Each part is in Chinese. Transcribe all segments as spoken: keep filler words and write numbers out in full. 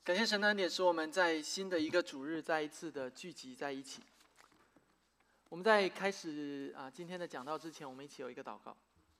感谢神的恩典，使我们在新的一个主日再一次的聚集在一起。我们在开始啊今天的讲道之前，我们一起有一个祷告。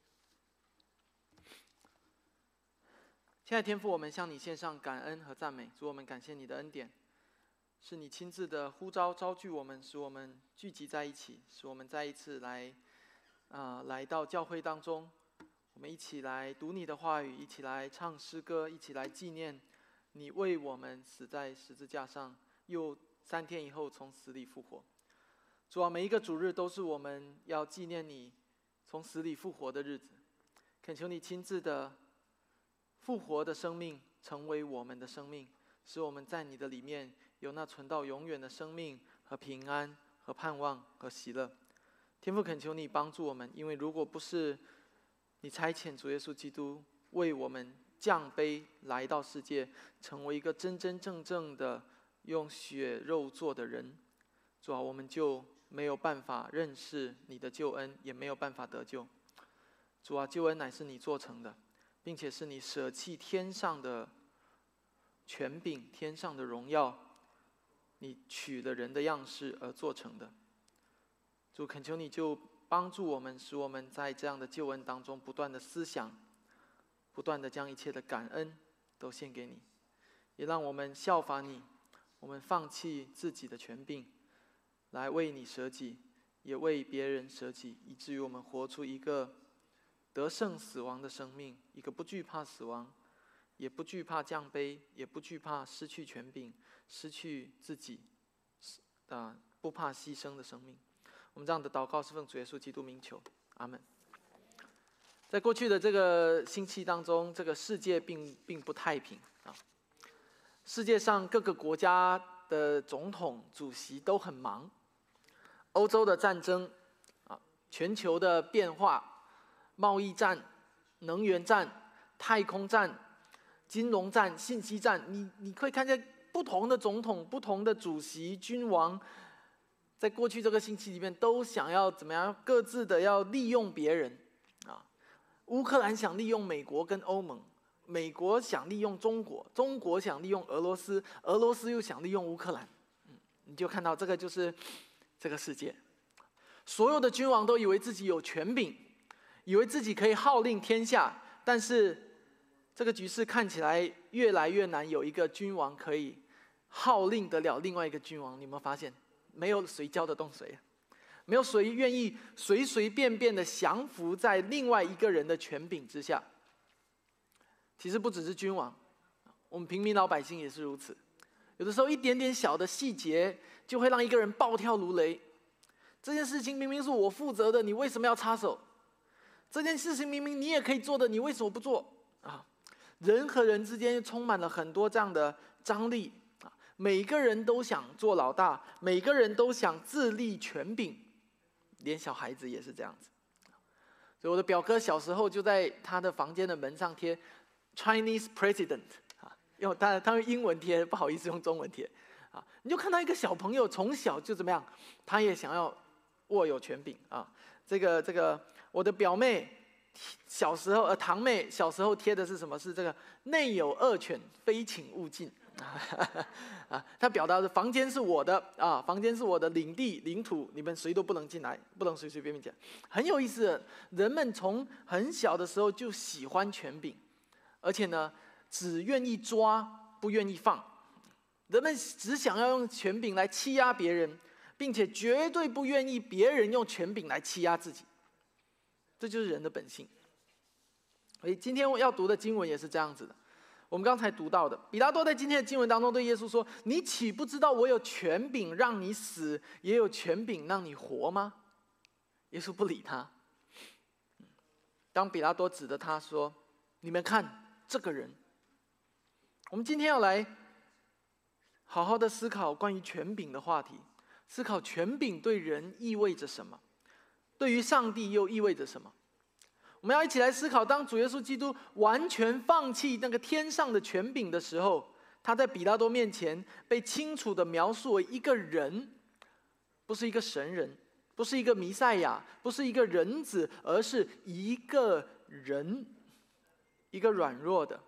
亲爱的天父，我们向你献上感恩和赞美。主，我们感谢你的恩典，是你亲自的呼召召聚我们，使我们聚集在一起，使我们再一次来啊来到教会当中，我们一起来读你的话语，一起来唱诗歌，一起来纪念你为我们死在十字架上，又三天以后从死里复活。主啊，每一个主日都是我们要纪念你从死里复活的日子，恳求你亲自的复活的生命成为我们的生命，使我们在你的里面有那存到永远的生命和平安和盼望和喜乐。天父，恳求你帮助我们，因为如果不是你差遣主耶稣基督为我们降卑来到世界，成为一个真真正正的用血肉做的人，主啊，我们就没有办法认识你的救恩，也没有办法得救。主啊，救恩乃是你做成的，并且是你舍弃天上的权柄、天上的荣耀，你取了人的样式而做成的。主，恳求你就帮助我们，使我们在这样的救恩当中不断的思想，不断的将一切的感恩都献给你，也让我们效法你，我们放弃自己的权柄，来为你舍己，也为别人舍己，以至于我们活出一个得胜死亡的生命，一个不惧怕死亡，也不惧怕降卑，也不惧怕失去权柄，失去自己，啊，不怕牺牲的生命。我们这样的祷告是奉主耶稣基督名求，阿们。在过去的这个星期当中，这个世界并并不太平啊。世界上各个国家的总统、主席都很忙，欧洲的战争啊，全球的变化，贸易战、能源战、太空战、金融战、信息战，你你可以看见不同的总统、不同的主席、君王，在过去这个星期里面都想要怎么样，各自的要利用别人啊。乌克兰想利用美国跟欧盟，美国想利用中国，中国想利用俄罗斯，俄罗斯又想利用乌克兰。嗯，你就看到这个就是这个世界，所有的君王都以为自己有权柄，以为自己可以号令天下，但是这个局势看起来越来越难，有一个君王可以号令得了另外一个君王。你有没有发现，没有谁教得动谁？没有谁愿意随随便便的降服在另外一个人的权柄之下。其实不只是君王，我们平民老百姓也是如此。有的时候一点点小的细节就会让一个人暴跳如雷。这件事情明明是我负责的，你为什么要插手？这件事情明明你也可以做的，你为什么不做？啊，人和人之间充满了很多这样的张力啊，每个人都想做老大，每个人都想自立权柄。连小孩子也是这样子，所以我的表哥小时候就在他的房间的门上贴 Chinese President 啊，用他他用英文贴，不好意思用中文贴啊。你就看到一个小朋友从小就怎么样，他也想要握有权柄啊。这个这个我的表妹小时候呃堂妹小时候贴的是什么？是这个内有恶犬，非请勿近。啊，他表达的房间是我的啊，房间是我的领地领土，你们谁都不能进来，不能随随便便讲。很有意思，人们从很小的时候就喜欢权柄，而且呢，只愿意抓，不愿意放。人们只想要用权柄来欺压别人，并且绝对不愿意别人用权柄来欺压自己。这就是人的本性。所以今天要读的经文也是这样子的。我们刚才读到的，比拉多在今天的经文当中对耶稣说：“你岂不知道我有权柄让你死，也有权柄让你活吗？”耶稣不理他。当比拉多指着他说：“你们看这个人。”我们今天要来好好的思考关于权柄的话题，思考权柄对人意味着什么，对于上帝又意味着什么。我们要一起来思考，当主耶稣基督完全放弃那个天上的权柄的时候，他在比拉多面前被清楚地描述为一个人，不是一个神人，不是一个弥赛亚，不是一个人子，而是一个人，一个软弱的，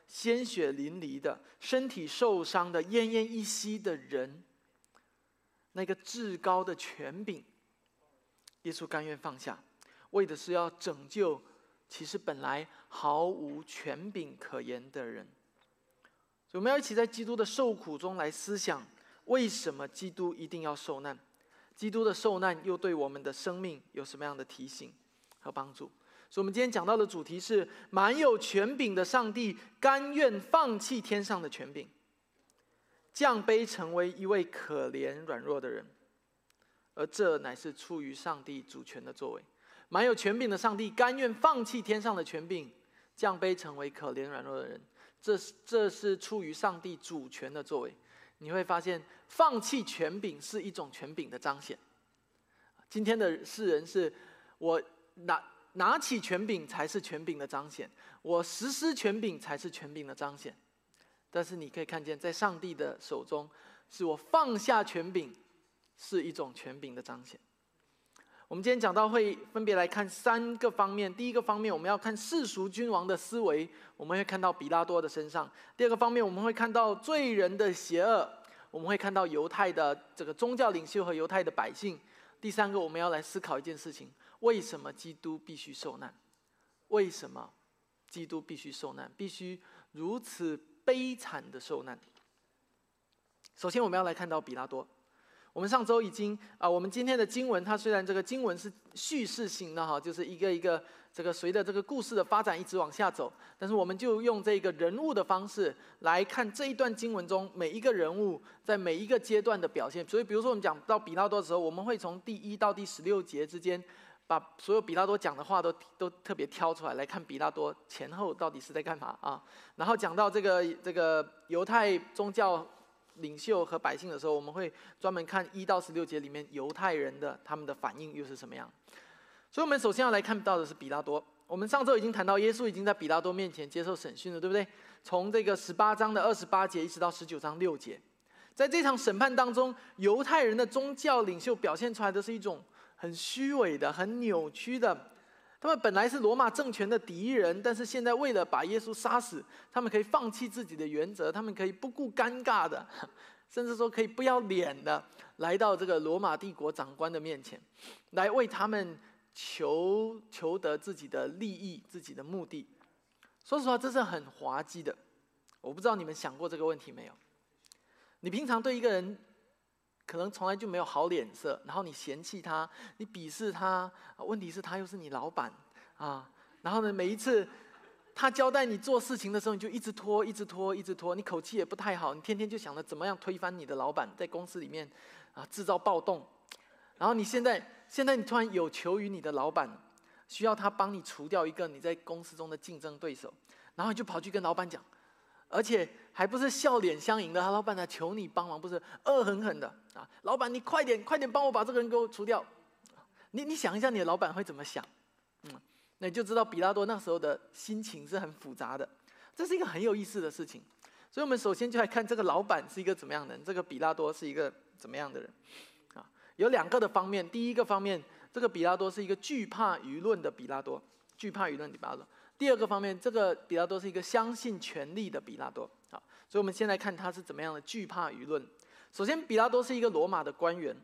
鲜血淋漓的、身体受伤的、奄奄一息的人，那个至高的权柄，耶稣甘愿放下，为的是要拯救其实本来毫无权柄可言的人。所以我们要一起在基督的受苦中来思想，为什么基督一定要受难？基督的受难又对我们的生命有什么样的提醒和帮助？所以我们今天讲到的主题是满有权柄的上帝甘愿放弃天上的权柄，降卑成为一位可怜软弱的人，而这乃是出于上帝主权的作为。满有权柄的上帝甘愿放弃天上的权柄，降卑成为可怜软弱的人，这这是出于上帝主权的作为。你会发现，放弃权柄是一种权柄的彰显。今天的世人是我拿拿起权柄才是权柄的彰显，我实施权柄才是权柄的彰显。但是你可以看见，在上帝的手中，是我放下权柄，是一种权柄的彰显。我们今天讲到会分别来看三个方面。第一个方面，我们要看世俗君王的思维，我们会看到比拉多的身上；第二个方面，我们会看到罪人的邪恶，我们会看到犹太的这个宗教领袖和犹太的百姓；第三个，我们要来思考一件事情：为什么基督必须受难？为什么基督必须受难？必须如此悲惨的受难？首先，我们要来看到比拉多。我们上周已经啊、呃，我们今天的经文，它虽然这个经文是叙事性的哈，就是一个一个这个随着这个故事的发展一直往下走，但是我们就用这个人物的方式来看这一段经文中每一个人物在每一个阶段的表现。所以，比如说我们讲到比拉多的时候，我们会从第一到第十六节之间，把所有比拉多讲的话都都特别挑出来，来看比拉多前后到底是在干嘛啊。然后讲到这个这个犹太宗教领袖和百姓的时候，我们会专门看一到十六节里面犹太人的他们的反应又是什么样。所以我们首先要来看到的是比拉多。我们上周已经谈到耶稣已经在比拉多面前接受审讯了，对不对？从这个十八章的二十八节一直到十九章六节，在这场审判当中，犹太人的宗教领袖表现出来的是一种很虚伪的、很扭曲的。他们本来是罗马政权的敌人，但是现在为了把耶稣杀死，他们可以放弃自己的原则，他们可以不顾尴尬的，甚至说可以不要脸的，来到这个罗马帝国长官的面前，来为他们求求得自己的利益、自己的目的。说实话，这是很滑稽的。我不知道你们想过这个问题没有？你平常对一个人可能从来就没有好脸色，然后你嫌弃他，你鄙视他，问题是他又是你老板啊。然后呢，每一次他交代你做事情的时候，你就一直拖，一直拖，一直拖，你口气也不太好，你天天就想着怎么样推翻你的老板，在公司里面啊制造暴动。然后你现在现在你突然有求于你的老板，需要他帮你除掉一个你在公司中的竞争对手，然后你就跑去跟老板讲。而且还不是笑脸相迎的，他老板来求你帮忙，不是恶狠狠的啊！老板，你快点快点帮我把这个人给我除掉。你你想一下，你的老板会怎么想？嗯，那你就知道比拉多那时候的心情是很复杂的。这是一个很有意思的事情。所以我们首先就来看这个老板是一个怎么样的人，这个比拉多是一个怎么样的人啊？有两个的方面。第一个方面，这个比拉多是一个惧怕舆论的比拉多，惧怕舆论的比拉多。第二个方面，这个比拉多是一个相信权力的比拉多。好，所以我们先来看他是怎么样的惧怕舆论。首先，比拉多是一个罗马的官员，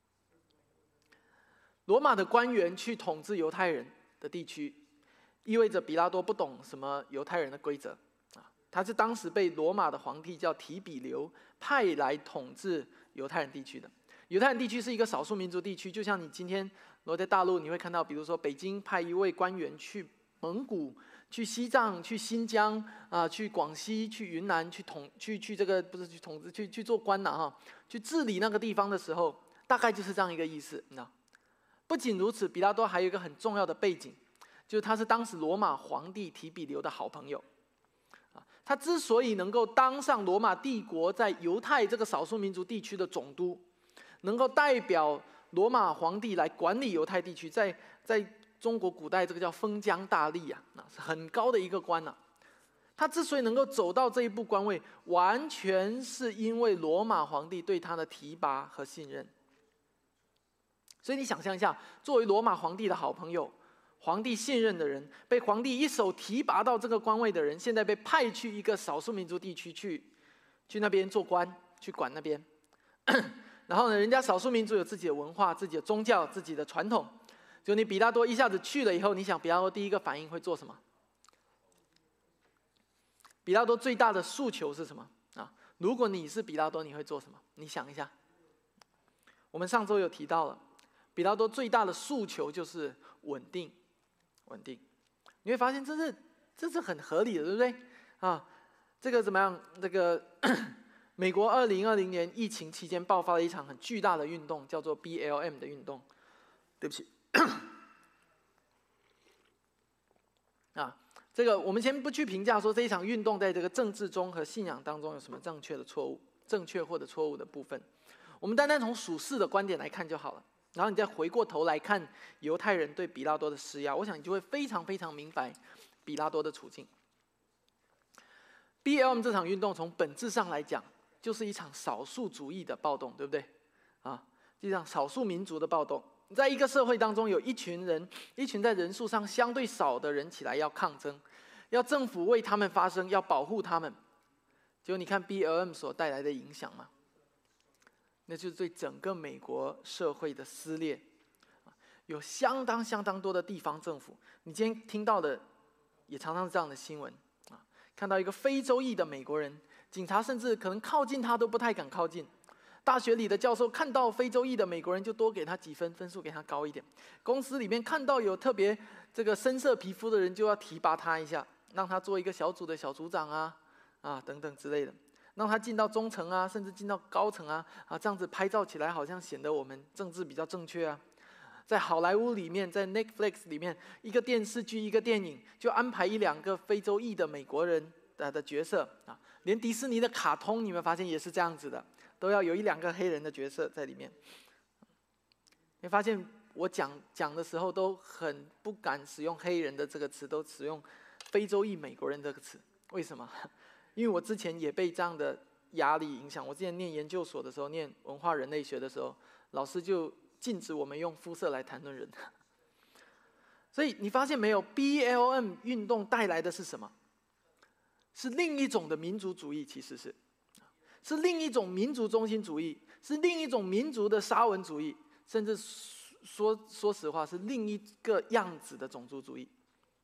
罗马的官员去统治犹太人的地区，意味着比拉多不懂什么犹太人的规则啊。他是当时被罗马的皇帝叫提比留派来统治犹太人地区的。犹太人地区是一个少数民族地区，就像你今天如果在大陆，你会看到，比如说北京派一位官员去蒙古、去西藏、去新疆啊、呃，去广西、去云南、去统、去去这个不是去统治、去去做官呐哈，去治理那个地方的时候，大概就是这样一个意思。你知道，不仅如此，比拉多还有一个很重要的背景，就是他是当时罗马皇帝提比留的好朋友。啊，他之所以能够当上罗马帝国在犹太这个少数民族地区的总督，能够代表罗马皇帝来管理犹太地区，在在。中国古代这个叫封疆大吏啊，是很高的一个官啊。他之所以能够走到这一步官位，完全是因为罗马皇帝对他的提拔和信任。所以你想象一下，作为罗马皇帝的好朋友， 皇帝信任的人，被皇帝一手提拔到这个官位的人，现在被派去一个少数民族地区去，去那边做官，去管那边。然后呢，人家少数民族有自己的文化、自己的宗教、自己的传统。就你比拉多一下子去了以后，你想比拉多第一个反应会做什么？比拉多最大的诉求是什么啊？如果你是比拉多，你会做什么？你想一下。我们上周有提到了，比拉多最大的诉求就是稳定，稳定。你会发现这是这是很合理的，对不对？啊，这个怎么样？这个美国二零二零年疫情期间爆发了一场很巨大的运动，叫做 B L M 的运动。对不起。啊。这个我们先不去评价说这一场运动在这个政治中和信仰当中有什么正确的错误、正确或者错误的部分，我们单单从属世的观点来看就好了。然后你再回过头来看犹太人对比拉多的施压，我想你就会非常非常明白比拉多的处境。B L M 这场运动从本质上来讲，就是一场少数主义的暴动，对不对？啊，一场少数民族的暴动。在一个社会当中，有一群人，一群在人数上相对少的人起来要抗争，要政府为他们发声，要保护他们。结果你看 B L M 所带来的影响嘛，那就是对整个美国社会的撕裂。有相当相当多的地方政府，你今天听到的也常常是这样的新闻啊，看到一个非洲裔的美国人，警察甚至可能靠近他都不太敢靠近。大学里的教授看到非洲裔的美国人，就多给他几分，分数给他高一点。公司里面看到有特别这个深色皮肤的人，就要提拔他一下，让他做一个小组的小组长啊，啊等等之类的，让他进到中层啊，甚至进到高层啊，啊这样子拍照起来好像显得我们政治比较正确啊。在好莱坞里面，在 Netflix 里面，一个电视剧、一个电影就安排一两个非洲裔的美国人的的角色啊，连迪士尼的卡通，你们发现也是这样子的。都要有一两个黑人的角色在里面。你发现我讲讲的时候都很不敢使用黑人的这个词，都使用非洲裔美国人这个词。为什么？因为我之前也被这样的压力影响。我之前念研究所的时候，念文化人类学的时候，老师就禁止我们用肤色来谈论人。所以你发现没有 ，B L M 运动带来的是什么？是另一种的民族主义，其实是。是另一种民族中心主义，是另一种民族的沙文主义，甚至说说实话是另一个样子的种族主义。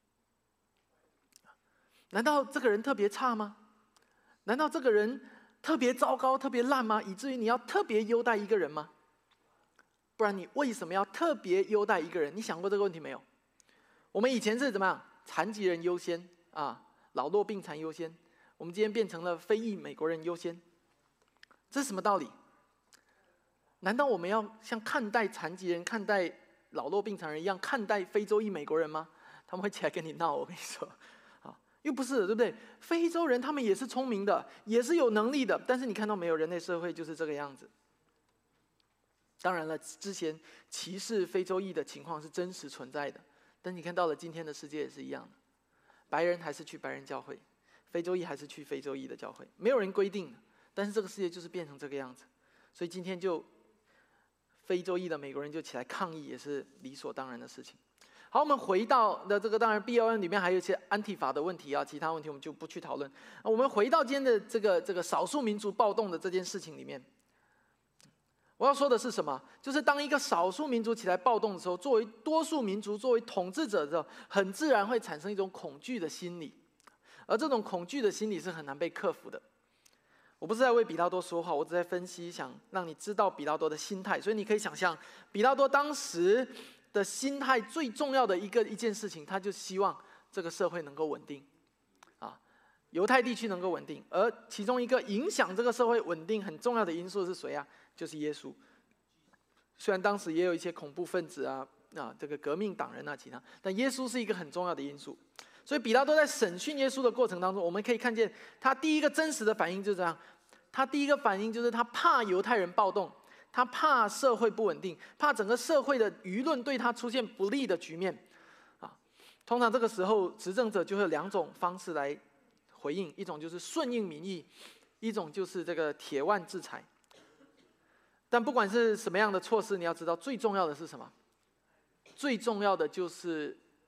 难道这个人特别差吗？难道这个人特别糟糕、特别烂吗？以至于你要特别优待一个人吗？不然你为什么要特别优待一个人？你想过这个问题没有？我们以前是怎么样？残疾人优先啊，老弱病残优先。我们今天变成了非裔美国人优先。这是什么道理？难道我们要像看待残疾人、看待老弱病残人一样看待非洲裔美国人吗？他们会起来跟你闹，我跟你说，啊，又不是，对不对？非洲人他们也是聪明的，也是有能力的，但是你看到没有，人类社会就是这个样子。当然了，之前歧视非洲裔的情况是真实存在的，但你看到了今天的世界也是一样的，白人还是去白人教会，非洲裔还是去非洲裔的教会，没有人规定的。但是这个世界就是变成这个样子，所以今天就非洲裔的美国人就起来抗议，也是理所当然的事情。好，我们回到的这个，当然 B L M 里面还有一些安提法的问题啊，其他问题我们就不去讨论。我们回到今天的这个这个少数民族暴动的这件事情里面，我要说的是什么？就是当一个少数民族起来暴动的时候，作为多数民族、作为统治者的时候，很自然会产生一种恐惧的心理，而这种恐惧的心理是很难被克服的。我不是在为比拉多说话，我只在分析，想让你知道比拉多的心态。所以你可以想象，比拉多当时的心态最重要的一个一件事情，他就希望这个社会能够稳定，啊，犹太地区能够稳定。而其中一个影响这个社会稳定很重要的因素是谁啊？就是耶稣。虽然当时也有一些恐怖分子啊，啊，这个革命党人啊，其他，但耶稣是一个很重要的因素。所以比拉多在审讯耶稣的过程当中，我们可以看见他第一个真实的反应就是这样。他第一个反应就是他怕犹太人暴动，他怕社会不稳定，怕整个社会的舆论对他出现不利的局面。啊，通常这个时候执政者就会有两种方式来回应，一种就是顺应民意，一种就是这个铁腕制裁。但不管是什么样的措施，你要知道最重要的是什么？最重要的就是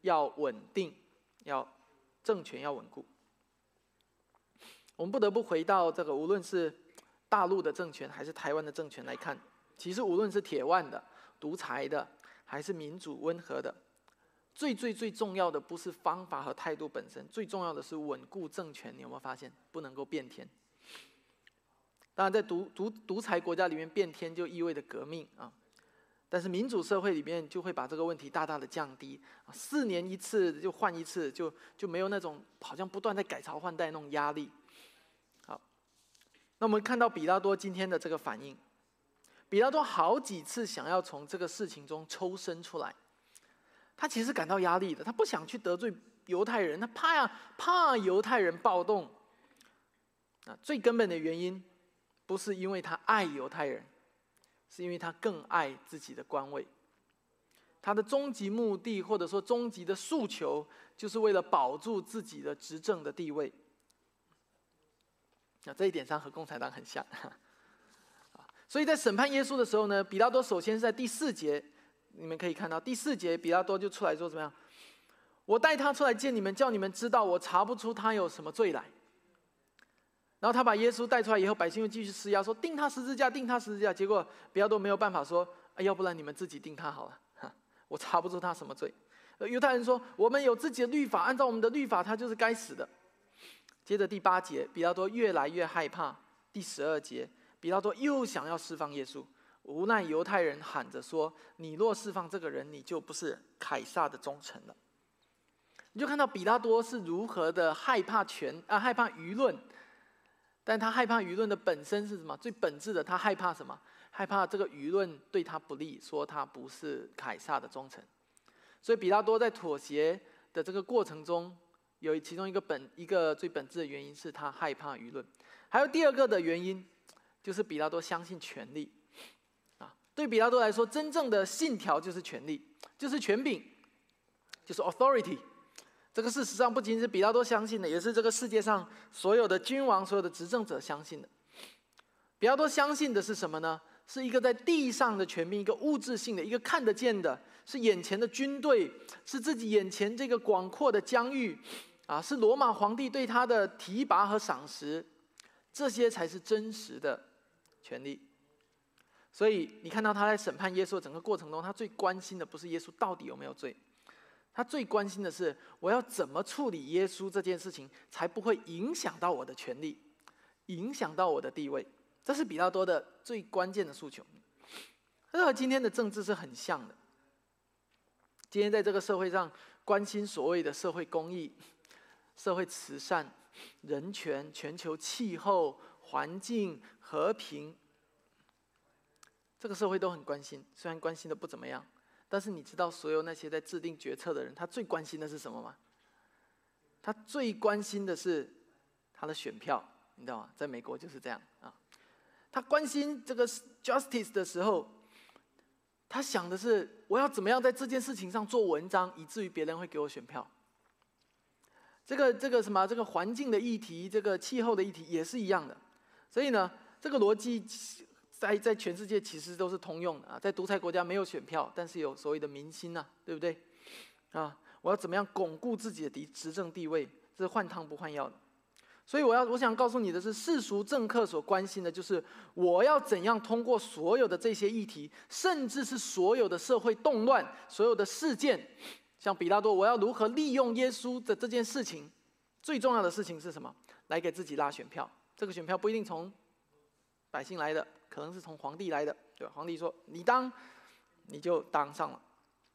要稳定，要政权要稳固。我们不得不回到这个，无论是大陆的政权还是台湾的政权来看，其实无论是铁腕的、独裁的，还是民主温和的，最最最重要的不是方法和态度本身，最重要的是稳固政权。你有没有发现，不能够变天？当然，在独独独裁国家里面，变天就意味着革命啊。但是民主社会里面就会把这个问题大大的降低，四年一次就换一次，就就没有那种好像不断在改朝换代那种压力。好，那我们看到比拉多今天的这个反应，比拉多好几次想要从这个事情中抽身出来，他其实感到压力的，他不想去得罪犹太人，他怕呀怕犹太人暴动。啊，最根本的原因不是因为他爱犹太人，是因为他更爱自己的官位。他的终极目的或者说终极的诉求，就是为了保住自己的执政的地位。那这一点上和共产党很像。所以在审判耶稣的时候呢，比拉多首先是在第四节，你们可以看到第四节，比拉多就出来说怎么样？我带他出来见你们，叫你们知道我查不出他有什么罪来。然后他把耶稣带出来以后，百姓又继续施压，说钉他十字架，钉他十字架。结果比拉多没有办法说，哎，要不然你们自己钉他好了，我查不出他什么罪。犹太人说，我们有自己的律法，按照我们的律法，他就是该死的。接着第八节，比拉多越来越害怕。第十二节，比拉多又想要释放耶稣，无奈犹太人喊着说，你若释放这个人，你就不是凯撒的忠臣了。你就看到比拉多是如何的害怕权啊，害怕舆论。但他害怕舆论的本身是什么？最本质的，他害怕什么？害怕这个舆论对他不利，说他不是凯撒的忠臣。所以比拉多在妥协的这个过程中，有其中一个本一个最本质的原因是他害怕舆论。还有第二个的原因，就是比拉多相信权力。啊，对比拉多来说，真正的信条就是权力，就是权柄，就是 authority。这个事实上不仅是比拉多相信的，也是这个世界上所有的君王、所有的执政者相信的。比拉多相信的是什么呢？是一个在地上的权柄，一个物质性的，一个看得见的，是眼前的军队，是自己眼前这个广阔的疆域，啊，是罗马皇帝对他的提拔和赏识，这些才是真实的权利。所以你看到他在审判耶稣的整个过程中，他最关心的不是耶稣到底有没有罪。他最关心的是，我要怎么处理耶稣这件事情，才不会影响到我的权利，影响到我的地位。这是比拉多的最关键的诉求。这和今天的政治是很像的。今天在这个社会上，关心所谓的社会公义、社会慈善、人权、全球气候、环境、和平，这个社会都很关心，虽然关心的不怎么样。但是你知道，所有那些在制定决策的人，他最关心的是什么吗？他最关心的是他的选票，你知道吗？在美国就是这样啊。他关心这个 justice 的时候，他想的是我要怎么样在这件事情上做文章，以至于别人会给我选票。这个这个什么，这个环境的议题，这个气候的议题也是一样的。所以呢，这个逻辑。在在全世界其实都是通用的啊，在独裁国家没有选票，但是有所谓的民心呐、啊，对不对？啊，我要怎么样巩固自己的执政地位，这是换汤不换药的。所以我要我想告诉你的是，世俗政客所关心的就是我要怎样通过所有的这些议题，甚至是所有的社会动乱、所有的事件，像比拉多，我要如何利用耶稣的这件事情，最重要的事情是什么？来给自己拉选票。这个选票不一定从百姓来的。可能是从皇帝来的，对吧？皇帝说你当，你就当上了。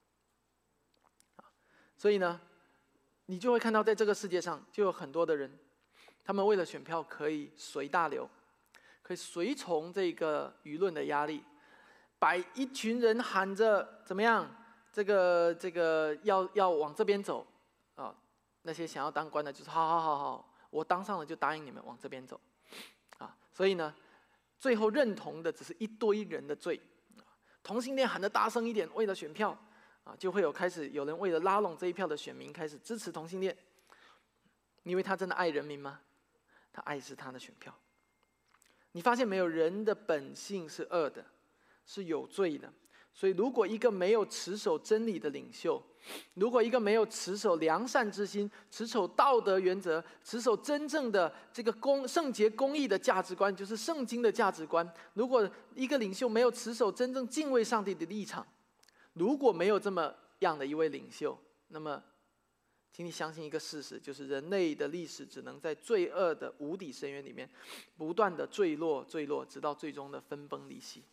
所以呢，你就会看到，在这个世界上，就有很多的人，他们为了选票可以随大流，可以随从这个舆论的压力，把一群人喊着怎么样，这个这个要要往这边走啊，那些想要当官的，就是好好好好，我当上了就答应你们往这边走啊。所以呢。最后认同的只是一堆人的罪，同性恋喊得大声一点，为了选票，啊，就会有开始有人为了拉拢这一票的选民开始支持同性恋。你以为他真的爱人民吗？他爱是他的选票。你发现没有，人的本性是恶的，是有罪的， 所以，如果一个没有持守真理的领袖，如果一个没有持守良善之心、持守道德原则、持守真正的这个公圣洁公义的价值观，就是圣经的价值观，如果一个领袖没有持守真正敬畏上帝的立场，如果没有这么样的一位领袖，那么，请你相信一个事实，就是人类的历史只能在罪恶的无底深渊里面，不断的坠落、坠落，直到最终的分崩离析。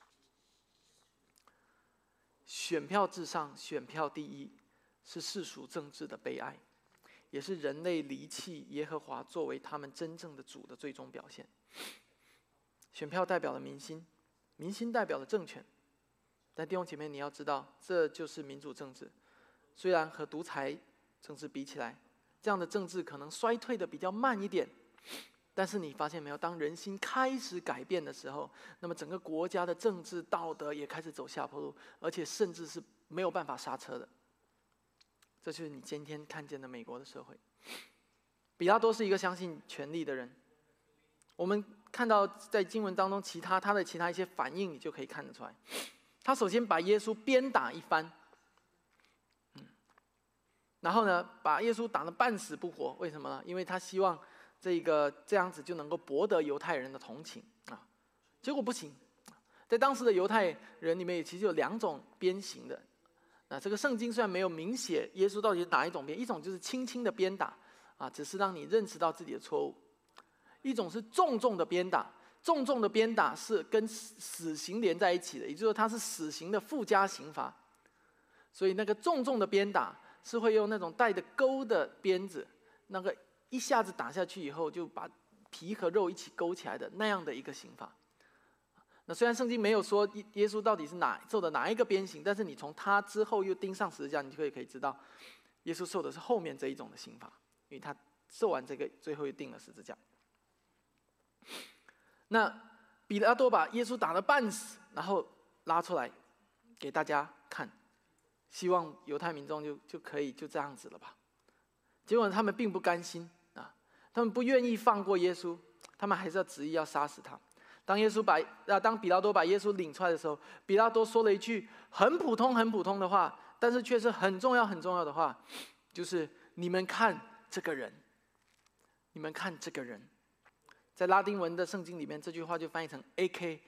选票至上，选票第一，是世俗政治的悲哀，也是人类离弃耶和华作为他们真正的主的最终表现。选票代表了民心，民心代表了政权。但弟兄姐妹，你要知道，这就是民主政治。虽然和独裁政治比起来，这样的政治可能衰退的比较慢一点，但是你发现没有，当人心开始改变的时候，那么整个国家的政治道德也开始走下坡路，而且甚至是没有办法刹车的。这就是你今天看见的美国的社会。比拉多是一个相信权力的人，我们看到在经文当中其他他的其他一些反应，你就可以看得出来。他首先把耶稣鞭打一番，嗯，然后呢，把耶稣打得半死不活。为什么呢？因为他希望这个这样子就能够博得犹太人的同情啊。结果不行，在当时的犹太人里面，其实有两种鞭刑的。那这个圣经虽然没有明写耶稣到底是哪一种鞭，一种就是轻轻的鞭打啊，只是让你认识到自己的错误；一种是重重的鞭打。重重的鞭打是跟死刑连在一起的，也就是说它是死刑的附加刑罚。所以那个重重的鞭打是会用那种带着钩的鞭子，那个一下子打下去以后就把皮和肉一起勾起来的那样的一个刑罚。那虽然圣经没有说耶稣到底是哪受的哪一个鞭刑，但是你从他之后又钉上十字架，你就可以可以知道，耶稣受的是后面这一种的刑罚，因为他受完这个，最后又钉了十字架。那比拉多把耶稣打得半死，然后拉出来给大家看，希望犹太民众就就可以就这样子了吧。结果他们并不甘心啊，他们不愿意放过耶稣，他们还是要执意要杀死他。当耶稣把啊，当比拉多把耶稣领出来的时候，比拉多说了一句很普通很普通的话，但是却是很重要很重要的话，就是你们看这个人，你们看这个人。在拉丁文的圣经里面，这句话就翻译成 A K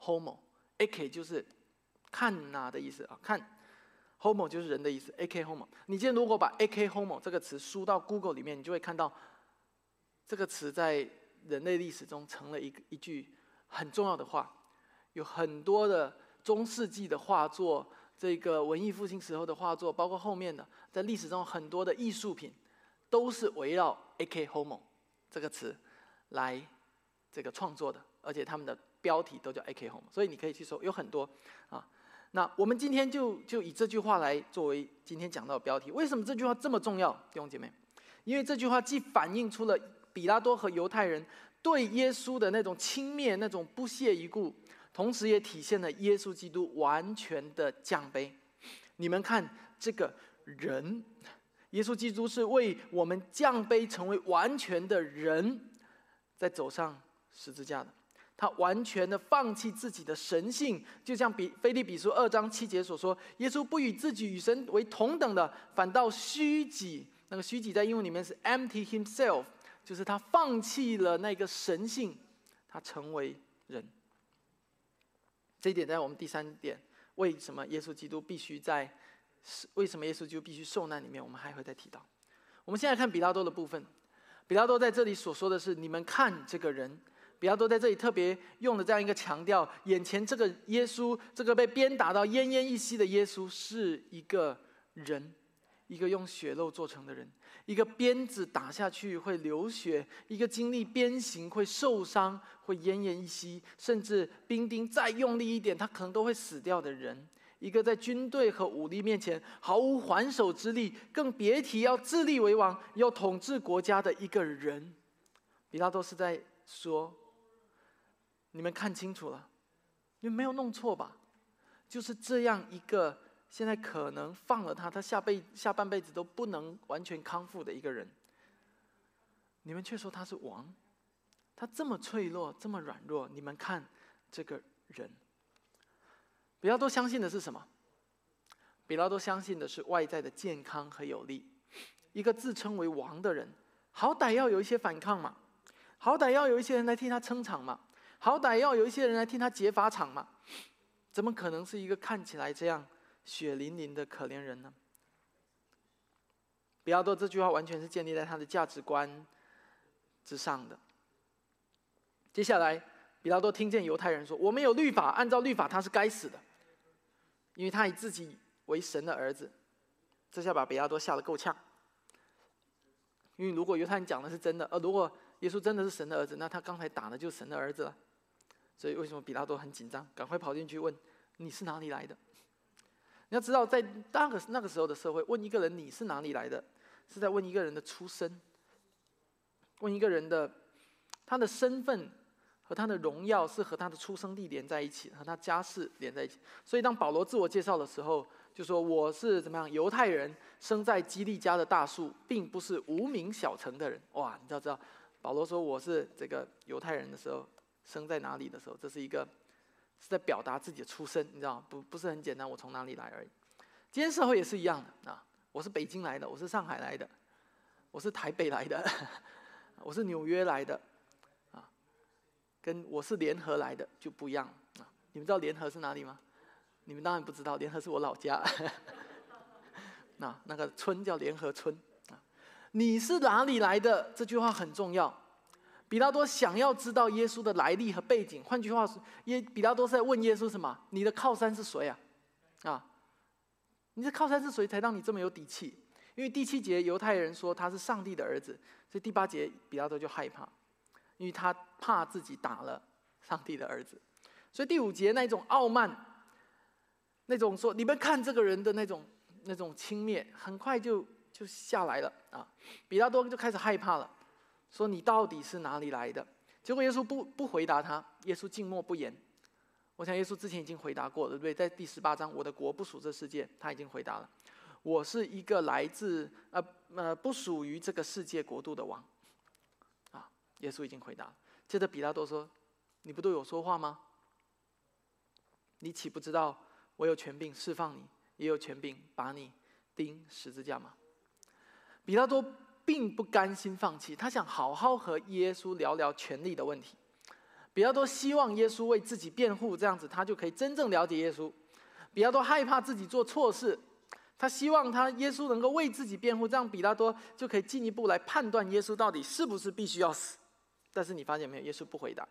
homo，A K 就是看呐、啊、的意思啊，看 homo 就是人的意思 ，A K homo。你今天如果把 A K homo 这个词输到 Google 里面，你就会看到这个词在人类历史中成了一个一句很重要的话。有很多的中世纪的画作，这个文艺复兴时候的画作，包括后面的在历史中很多的艺术品，都是围绕 A K homo 这个词来这个创作的，而且他们的标题都叫 A K homo， 所以你可以去搜，有很多啊。那我们今天就就以这句话来作为今天讲到的标题。为什么这句话这么重要，弟兄姐妹？因为这句话既反映出了比拉多和犹太人对耶稣的那种轻蔑、那种不屑一顾，同时也体现了耶稣基督完全的降卑。你们看这个人，耶稣基督是为我们降卑成为完全的人，在走上十字架的。他完全的放弃自己的神性，就像比腓立比书二章七节所说，耶稣不与自己与神为同等的，反倒虚己。那个虚己在英文里面是 empty himself， 就是他放弃了那个神性，他成为人。这一点在我们第三点，为什么耶稣基督必须在为什么耶稣基督必须受难里面，我们还会再提到。我们现在看比拉多的部分，比拉多在这里所说的是，你们看这个人。比拉多在这里特别用的这样一个强调，眼前这个耶稣，这个被鞭打到奄奄一息的耶稣，是一个人，一个用血肉做成的人，一个鞭子打下去会流血，一个经历鞭刑会受伤，会奄奄一息，甚至兵丁再用力一点，他可能都会死掉的人，一个在军队和武力面前毫无还手之力，更别提要自立为王，要统治国家的一个人。比拉多是在说，你们看清楚了，你们没有弄错吧？就是这样一个现在可能放了他，他下辈下半辈子都不能完全康复的一个人，你们却说他是王，他这么脆弱，这么软弱，你们看这个人。 比拉多相信的是什么？比拉多相信的是外在的健康和有利。一个自称为王的人，好歹要有一些反抗嘛，好歹要有一些人来替他撑场嘛，好歹要有一些人来替他劫法场嘛，怎么可能是一个看起来这样血淋淋的可怜人呢？比拉多这句话完全是建立在他的价值观之上的。接下来，比拉多听见犹太人说：“我们有律法，按照律法他是该死的，因为他以自己为神的儿子。”这下把比拉多吓得够呛。因为如果犹太人讲的是真的，呃，如果耶稣真的是神的儿子，那他刚才打的就是神的儿子了。所以为什么比拉多很紧张，赶快跑进去问：“你是哪里来的？”你要知道，在那个那个时候的社会，问一个人你是哪里来的，是在问一个人的出身，问一个人的他的身份和他的荣耀是和他的出生地连在一起，和他家世连在一起。所以当保罗自我介绍的时候，就说我是怎么样犹太人，生在基利家的大树，并不是无名小城的人。哇，你知道知道，保罗说我是这个犹太人的时候，生在哪里的时候，这是一个是在表达自己的出身，你知道不？不是很简单，我从哪里来而已。今天社会也是一样的啊，我是北京来的，我是上海来的，我是台北来的，我是纽约来的，啊，跟我是联合来的就不一样啊。你们知道联合是哪里吗？你们当然不知道，联合是我老家，那那个村叫联合村啊。你是哪里来的？这句话很重要。比拉多想要知道耶稣的来历和背景，换句话说，耶比拉多是在问耶稣什么？你的靠山是谁啊？啊，你的靠山是谁才让你这么有底气？因为第七节犹太人说他是上帝的儿子，所以第八节比拉多就害怕，因为他怕自己打了上帝的儿子。所以第五节那种傲慢，那种说你们看这个人的那种那种轻蔑，很快就就下来了啊！比拉多就开始害怕了。说你到底是哪里来的？结果耶稣不不回答他，耶稣静默不言。我想耶稣之前已经回答过了，对不对？在第十八章，我的国不属这世界，他已经回答了。我是一个来自呃呃不属于这个世界国度的王，啊，耶稣已经回答了。接着比拉多说：“你不都有说话吗？你岂不知道我有权柄释放你，也有权柄把你钉十字架吗？”比拉多并不甘心放弃，他想好好和耶稣聊聊权力的问题。比拉多希望耶稣为自己辩护，这样子他就可以真正了解耶稣。比拉多害怕自己做错事，他希望他耶稣能够为自己辩护，这样比拉多就可以进一步来判断耶稣到底是不是必须要死。但是你发现没有，耶稣不回答，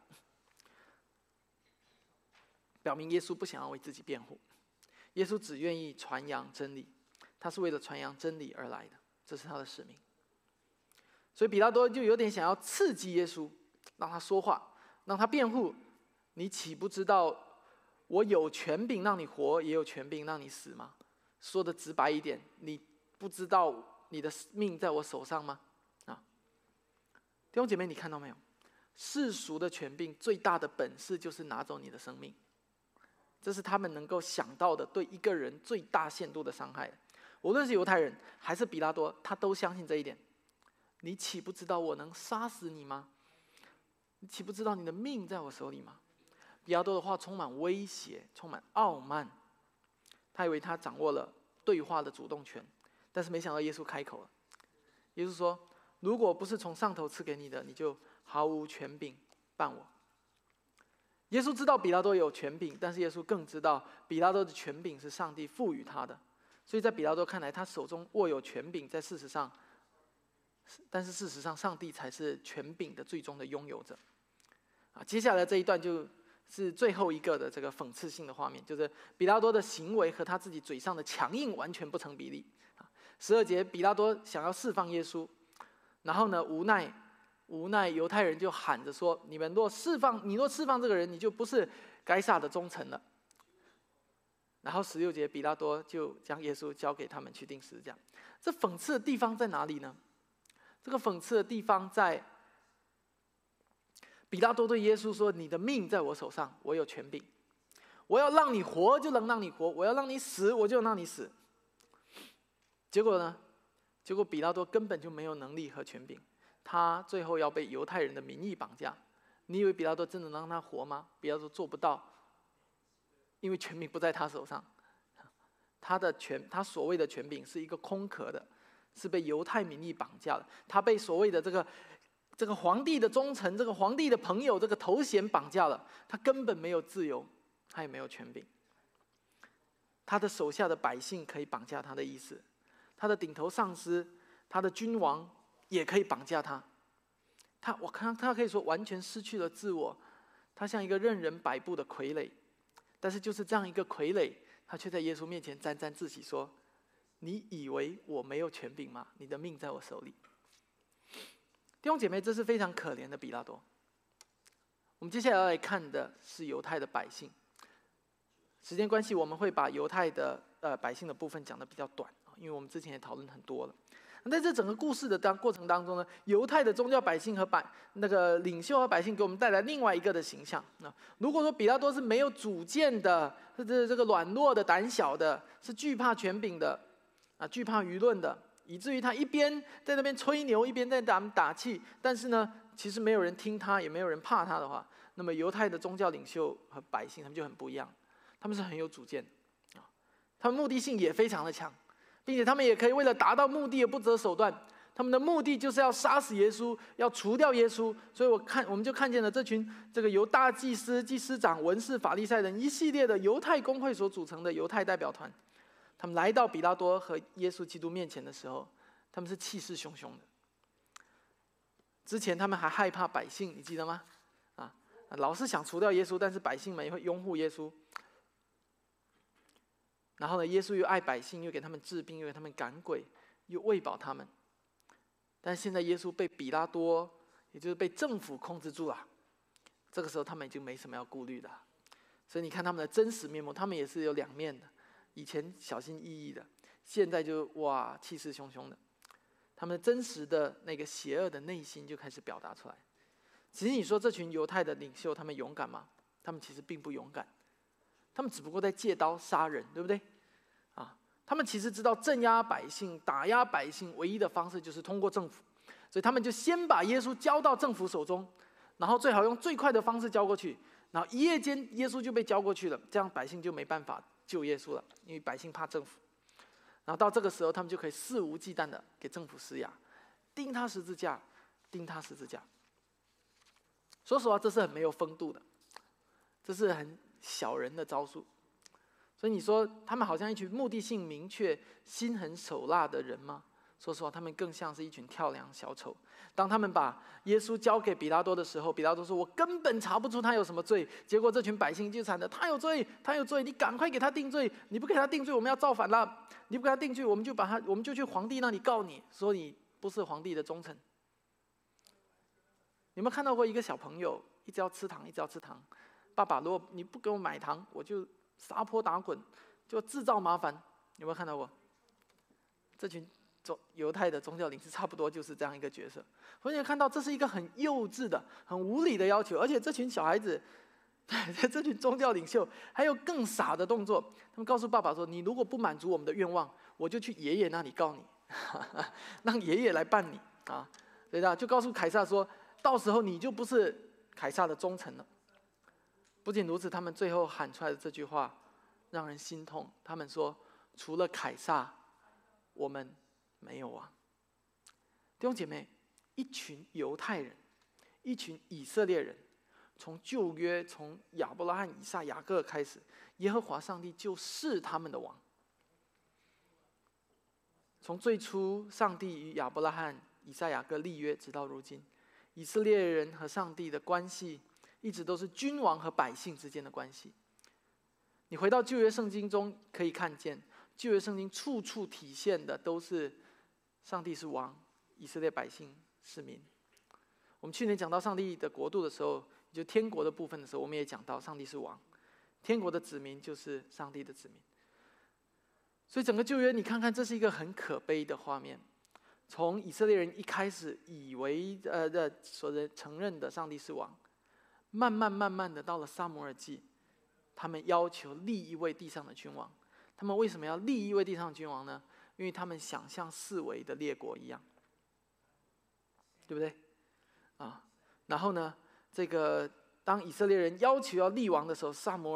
表明耶稣不想要为自己辩护，耶稣只愿意传扬真理，他是为了传扬真理而来的，这是他的使命。所以比拉多就有点想要刺激耶稣，让他说话，让他辩护。你岂不知道我有权柄让你活，也有权柄让你死吗？说的直白一点，你不知道你的命在我手上吗？啊，弟兄姐妹，你看到没有？世俗的权柄最大的本事就是拿走你的生命，这是他们能够想到的对一个人最大限度的伤害。无论是犹太人还是比拉多，他都相信这一点。你岂不知道我能杀死你吗？你岂不知道你的命在我手里吗？比拉多的话充满威胁，充满傲慢。他以为他掌握了对话的主动权，但是没想到耶稣开口了。耶稣说：“如果不是从上头赐给你的，你就毫无权柄办我。”耶稣知道比拉多有权柄，但是耶稣更知道比拉多的权柄是上帝赋予他的。所以在比拉多看来，他手中握有权柄，在事实上。但是事实上，上帝才是权柄的最终的拥有者。啊，接下来这一段就是最后一个的这个讽刺性的画面，就是比拉多的行为和他自己嘴上的强硬完全不成比例。啊，十二节，比拉多想要释放耶稣，然后呢，无奈无奈犹太人就喊着说：“你们若释放，你若释放这个人，你就不是该撒的忠臣了。”然后十六节，比拉多就将耶稣交给他们去钉十字架。这讽刺的地方在哪里呢？这个讽刺的地方在比拉多对耶稣说：“你的命在我手上，我有权柄，我要让你活就能让你活，我要让你死我就让你死。”结果呢？结果比拉多根本就没有能力和权柄，他最后要被犹太人的民意绑架。你以为比拉多真的能让他活吗？比拉多做不到。 因为权柄不在他手上，他的权，他所谓的权柄是一个空壳的，是被犹太民意绑架的。他被所谓的这个这个皇帝的忠臣、这个皇帝的朋友这个头衔绑架了，他根本没有自由，他也没有权柄。他的手下的百姓可以绑架他的意思，他的顶头上司、他的君王也可以绑架他。他，我看他可以说完全失去了自我，他像一个任人摆布的傀儡。但是就是这样一个傀儡，他却在耶稣面前沾沾自喜说：“你以为我没有权柄吗？你的命在我手里。”弟兄姐妹，这是非常可怜的比拉多。我们接下来要来看的是犹太的百姓。时间关系，我们会把犹太的呃百姓的部分讲得比较短，因为我们之前也讨论很多了。在这整个故事的当过程当中呢，犹太的宗教百姓和百那个领袖和百姓给我们带来另外一个的形象。那如果说比拉多是没有主见的，是这这个软弱的、胆小的，是惧怕权柄的，啊，惧怕舆论的，以至于他一边在那边吹牛，一边在打打气，但是呢，其实没有人听他，也没有人怕他的话，那么犹太的宗教领袖和百姓他们就很不一样，他们是很有主见，啊，他们目的性也非常的强。并且他们也可以为了达到目的而不择手段，他们的目的就是要杀死耶稣，要除掉耶稣。所以我看我们就看见了这群这个由大祭司、祭司长、文士、法利赛人一系列的犹太公会所组成的犹太代表团，他们来到比拉多和耶稣基督面前的时候，他们是气势汹汹的。之前他们还害怕百姓，你记得吗？啊，老是想除掉耶稣，但是百姓们也会拥护耶稣。然后呢，耶稣又爱百姓，又给他们治病，又给他们赶鬼，又喂饱他们。但是现在耶稣被比拉多，也就是被政府控制住了。这个时候他们已经没什么要顾虑的。所以你看他们的真实面目，他们也是有两面的。以前小心翼翼的，现在就哇气势汹汹的。他们真实的那个邪恶的内心就开始表达出来。其实你说这群犹太的领袖，他们勇敢吗？他们其实并不勇敢。他们只不过在借刀杀人，对不对？啊，他们其实知道镇压百姓、打压百姓唯一的方式就是通过政府，所以他们就先把耶稣交到政府手中，然后最好用最快的方式交过去，然后一夜间耶稣就被交过去了，这样百姓就没办法救耶稣了，因为百姓怕政府。然后到这个时候，他们就可以肆无忌惮的给政府施压，钉他十字架，钉他十字架。说实话，这是很没有风度的，这是很小人的招数。所以你说他们好像一群目的性明确、心狠手辣的人吗？说实话，他们更像是一群跳梁小丑。当他们把耶稣交给比拉多的时候，比拉多说：“我根本查不出他有什么罪。”结果这群百姓就惨的：“他有罪，他有罪，你赶快给他定罪！你不给他定罪，我们要造反了！你不给他定罪，我们就把他，我们就去皇帝那里告你，说你不是皇帝的忠臣。”有没有看到过一个小朋友一直要吃糖，一直要吃糖？爸爸，如果你不给我买糖，我就撒泼打滚，就制造麻烦。有没有看到过？这群犹太的宗教领袖差不多就是这样一个角色。所以你看到这是一个很幼稚的、很无理的要求，而且这群小孩子，这群宗教领袖还有更傻的动作。他们告诉爸爸说：“你如果不满足我们的愿望，我就去爷爷那里告你，让爷爷来办你啊！”对的，就告诉凯撒说：“到时候你就不是凯撒的忠臣了。”不仅如此，他们最后喊出来的这句话让人心痛。他们说：“除了凯撒，我们没有王。”弟兄姐妹，一群犹太人，一群以色列人，从旧约，从亚伯拉罕、以撒、雅各开始，耶和华上帝就是他们的王。从最初上帝与亚伯拉罕、以撒、雅各立约，直到如今，以色列人和上帝的关系一直都是君王和百姓之间的关系。你回到旧约圣经中可以看见，旧约圣经处处体现的都是上帝是王，以色列百姓是民。我们去年讲到上帝的国度的时候，就天国的部分的时候，我们也讲到上帝是王，天国的子民就是上帝的子民。所以整个旧约，你看看，这是一个很可悲的画面。从以色列人一开始以为呃的所承认的上帝是王，慢慢慢慢的到了撒母耳记，他们要求立一位地上的君王。他们为什么要立一位地上的君王呢？因为他们想像四维的列国一样，对不对？啊，然后呢，这个当以色列人要求要立王的时候，撒母耳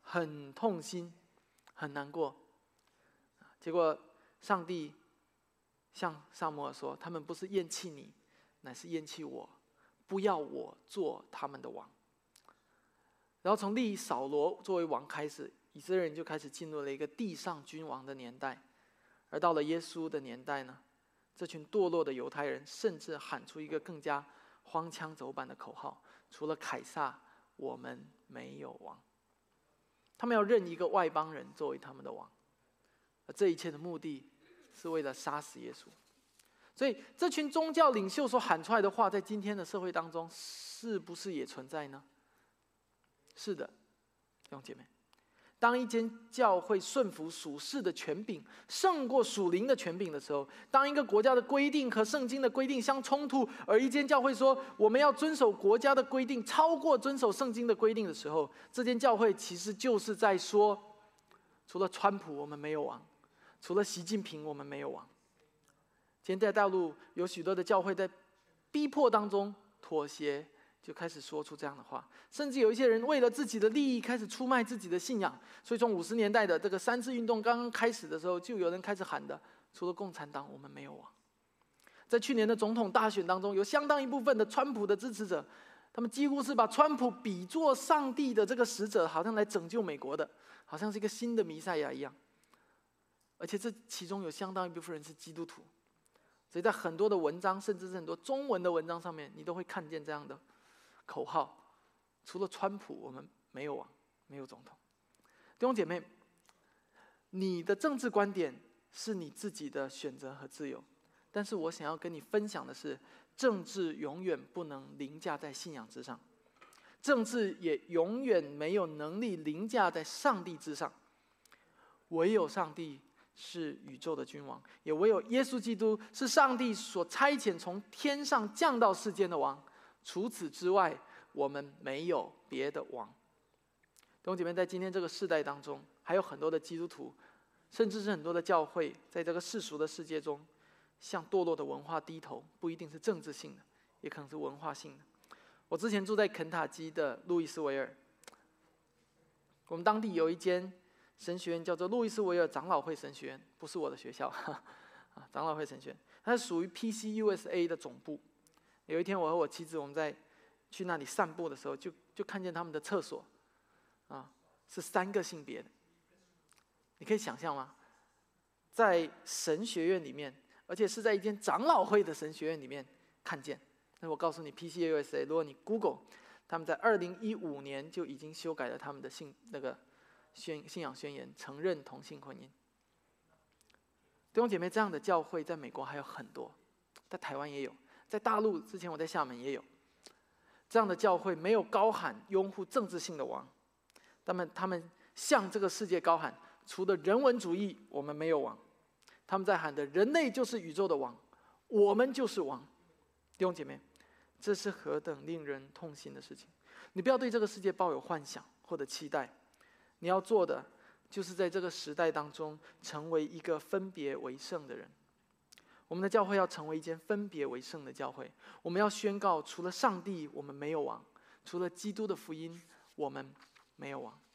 很痛心，很难过。结果上帝向撒母耳说：“他们不是厌弃你，乃是厌弃我，不要我做他们的王。”然后从立扫罗作为王开始，以色列人就开始进入了一个地上君王的年代。而到了耶稣的年代呢，这群堕落的犹太人甚至喊出一个更加荒腔走板的口号：除了凯撒，我们没有王。他们要认一个外邦人作为他们的王，而这一切的目的是为了杀死耶稣。所以这群宗教领袖所喊出来的话，在今天的社会当中是不是也存在呢？是的，弟兄姐妹，当一间教会顺服属世的权柄胜过属灵的权柄的时候，当一个国家的规定和圣经的规定相冲突，而一间教会说我们要遵守国家的规定超过遵守圣经的规定的时候，这间教会其实就是在说，除了川普我们没有王，除了习近平我们没有王。今天在大陆有许多的教会在逼迫当中妥协，就开始说出这样的话，甚至有一些人为了自己的利益开始出卖自己的信仰。所以从五十年代的这个三自运动刚刚开始的时候，就有人开始喊的：除了共产党我们没有王。在去年的总统大选当中，有相当一部分的川普的支持者，他们几乎是把川普比作上帝的这个使者，好像来拯救美国的，好像是一个新的弥赛亚一样。而且这其中有相当一部分人是基督徒，所以在很多的文章，甚至是很多中文的文章上面，你都会看见这样的口号：除了川普我们没有王，没有总统。弟兄姐妹，你的政治观点是你自己的选择和自由，但是我想要跟你分享的是，政治永远不能凌驾在信仰之上，政治也永远没有能力凌驾在上帝之上。唯有上帝是宇宙的君王，也唯有耶稣基督是上帝所差遣从天上降到世间的王。除此之外，我们没有别的王。弟兄姐妹，在今天这个世代当中，还有很多的基督徒，甚至是很多的教会，在这个世俗的世界中，向堕落的文化低头，不一定是政治性的，也可能是文化性的。我之前住在肯塔基的路易斯维尔，我们当地有一间神学院叫做路易斯维尔长老会神学院，不是我的学校，啊，长老会神学院，它是属于 P C U S A 的总部。有一天，我和我妻子我们在去那里散步的时候，就就看见他们的厕所，啊，是三个性别的。你可以想象吗？在神学院里面，而且是在一间长老会的神学院里面看见。那我告诉你 ，P C U S A， 如果你 Google， 他们在二零一五年就已经修改了他们的信那个宣信仰宣言，承认同性婚姻。弟兄姐妹，这样的教会在美国还有很多，在台湾也有。在大陆之前我在厦门也有这样的教会，没有高喊拥护政治性的王，他们他们向这个世界高喊：除了人文主义，我们没有王。他们在喊的人类就是宇宙的王，我们就是王。弟兄姐妹，这是何等令人痛心的事情！你不要对这个世界抱有幻想或者期待，你要做的就是在这个时代当中成为一个分别为圣的人。我们的教会要成为一间分别为圣的教会，我们要宣告：除了上帝，我们没有王；除了基督的福音，我们没有王。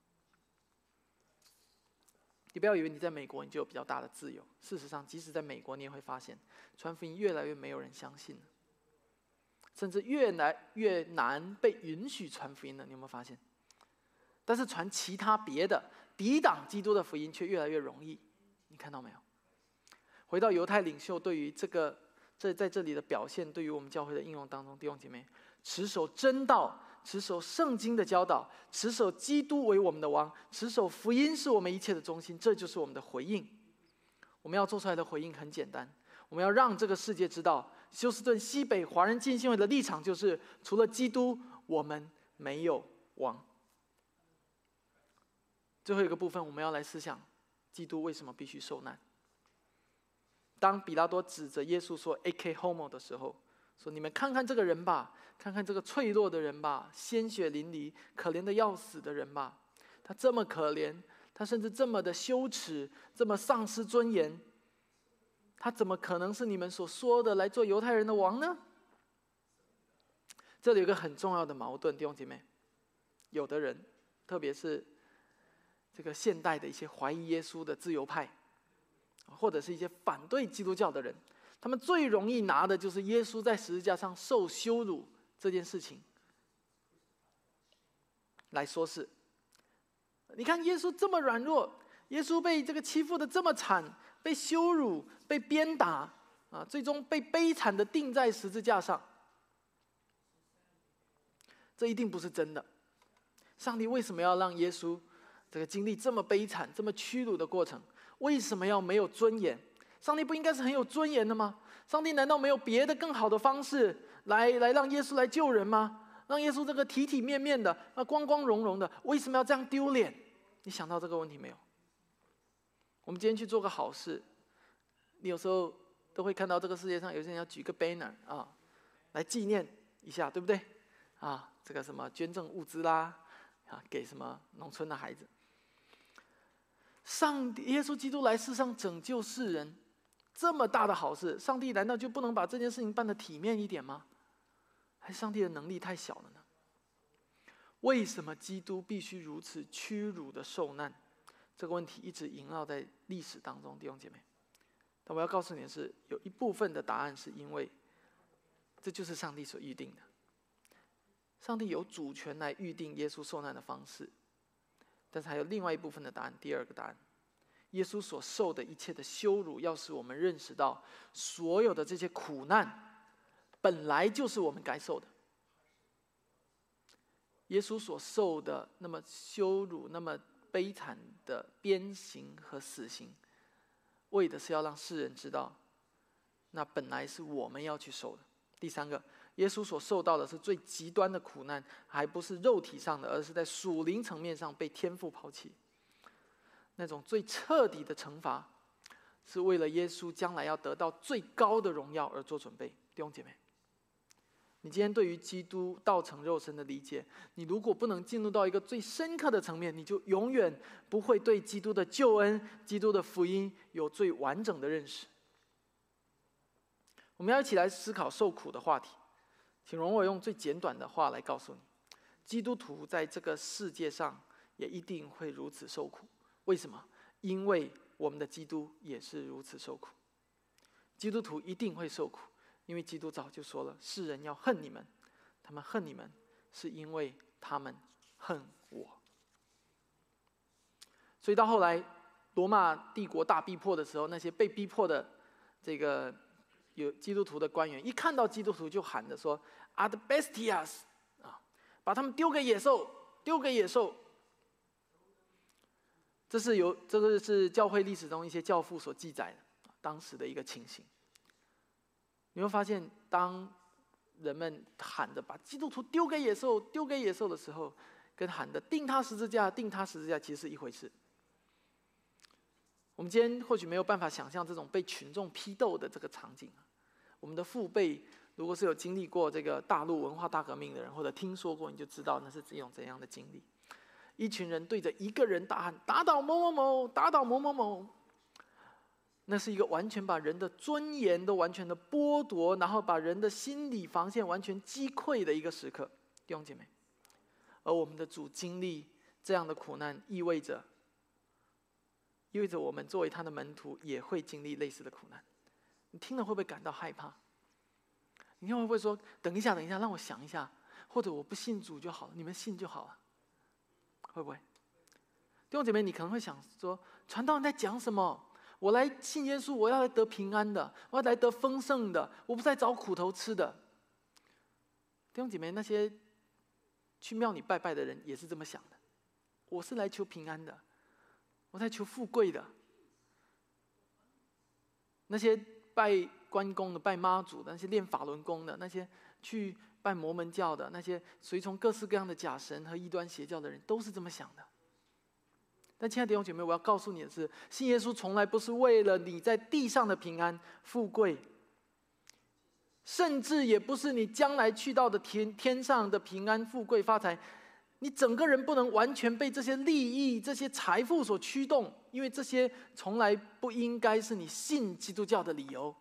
你不要以为你在美国你就有比较大的自由，事实上，即使在美国，你也会发现传福音越来越没有人相信了，甚至越来越难被允许传福音了。你有没有发现？但是传其他别的抵挡基督的福音却越来越容易，你看到没有？回到犹太领袖对于这个这在这里的表现，对于我们教会的应用当中，弟兄姐妹，持守真道，持守圣经的教导，持守基督为我们的王，持守福音是我们一切的中心，这就是我们的回应。我们要做出来的回应很简单，我们要让这个世界知道，休斯顿西北华人浸信会的立场就是：除了基督，我们没有王。最后一个部分，我们要来思想基督为什么必须受难。当比拉多指着耶稣说 A K homo 的时候，说：你们看看这个人吧，看看这个脆弱的人吧，鲜血淋漓、可怜的要死的人吧，他这么可怜，他甚至这么的羞耻，这么丧失尊严，他怎么可能是你们所说的来做犹太人的王呢？这里有一个很重要的矛盾，弟兄姐妹，有的人，特别是这个现代的一些怀疑耶稣的自由派，或者是一些反对基督教的人，他们最容易拿的就是耶稣在十字架上受羞辱这件事情来说事。你看耶稣这么软弱，耶稣被这个欺负的这么惨，被羞辱，被鞭打啊，最终被悲惨的钉在十字架上，这一定不是真的。上帝为什么要让耶稣这个经历这么悲惨、这么屈辱的过程？为什么要没有尊严？上帝不应该是很有尊严的吗？上帝难道没有别的更好的方式来来让耶稣来救人吗？让耶稣这个体体面面的、啊光光荣荣的，为什么要这样丢脸？你想到这个问题没有？我们今天去做个好事，你有时候都会看到这个世界上有些人要举个 banner 啊，来纪念一下，对不对？啊，这个什么捐赠物资啦，啊，给什么农村的孩子。上帝耶稣基督来世上拯救世人，这么大的好事，上帝难道就不能把这件事情办得体面一点吗？还是上帝的能力太小了呢？为什么基督必须如此屈辱的受难？这个问题一直萦绕在历史当中，弟兄姐妹。但我要告诉你的是，有一部分的答案是因为这就是上帝所预定的。上帝有主权来预定耶稣受难的方式，但是还有另外一部分的答案，第二个答案，耶稣所受的一切的羞辱，要使我们认识到，所有的这些苦难本来就是我们该受的。耶稣所受的那么羞辱、那么悲惨的鞭刑和死刑，为的是要让世人知道，那本来是我们要去受的。第三个，耶稣所受到的是最极端的苦难，还不是肉体上的，而是在属灵层面上被天父抛弃。那种最彻底的惩罚，是为了耶稣将来要得到最高的荣耀而做准备。弟兄姐妹，你今天对于基督道成肉身的理解，你如果不能进入到一个最深刻的层面，你就永远不会对基督的救恩、基督的福音有最完整的认识。我们要一起来思考受苦的话题，请容我用最简短的话来告诉你：基督徒在这个世界上也一定会如此受苦。为什么？因为我们的基督也是如此受苦。基督徒一定会受苦，因为基督早就说了，世人要恨你们，他们恨你们是因为他们恨我。所以到后来罗马帝国大逼迫的时候，那些被逼迫的这个有基督徒的官员，一看到基督徒就喊着说 ad bestias 啊，把他们丢给野兽，丢给野兽。这是有这个是教会历史中一些教父所记载的当时的一个情形。你会发现，当人们喊着把基督徒丢给野兽、丢给野兽的时候，跟喊的钉他十字架、钉他十字架其实是一回事。我们今天或许没有办法想象这种被群众批斗的这个场景。我们的父辈如果是有经历过这个大陆文化大革命的人，或者听说过，你就知道那是一种怎样的经历。一群人对着一个人大喊打倒某某某，打倒某某某，那是一个完全把人的尊严都完全的剥夺，然后把人的心理防线完全击溃的一个时刻，弟兄姐妹。而我们的主经历这样的苦难，意味着意味着我们作为他的门徒也会经历类似的苦难。你听了会不会感到害怕？你会不会说等一下等一下让我想一下，或者我不信主就好了，你们信就好了？会不会？弟兄姐妹，你可能会想说，传道人在讲什么？我来信耶稣，我要来得平安的，我要来得丰盛的，我不是来找苦头吃的。弟兄姐妹，那些去庙里拜拜的人也是这么想的，我是来求平安的，我在求富贵的。那些拜关公的、拜妈祖的，那些练法轮功的，那些去拜摩门教的，那些随从各式各样的假神和异端邪教的人，都是这么想的。但亲爱的弟兄姐妹，我要告诉你的是，信耶稣从来不是为了你在地上的平安富贵，甚至也不是你将来去到的天天上的平安富贵发财。你整个人不能完全被这些利益、这些财富所驱动，因为这些从来不应该是你信基督教的理由。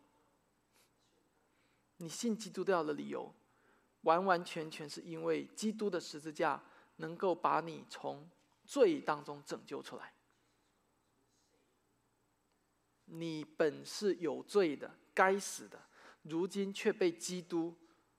你信基督教的理由，完完全全是因为基督的十字架能够把你从罪当中拯救出来。你本是有罪的，该死的，如今却被基督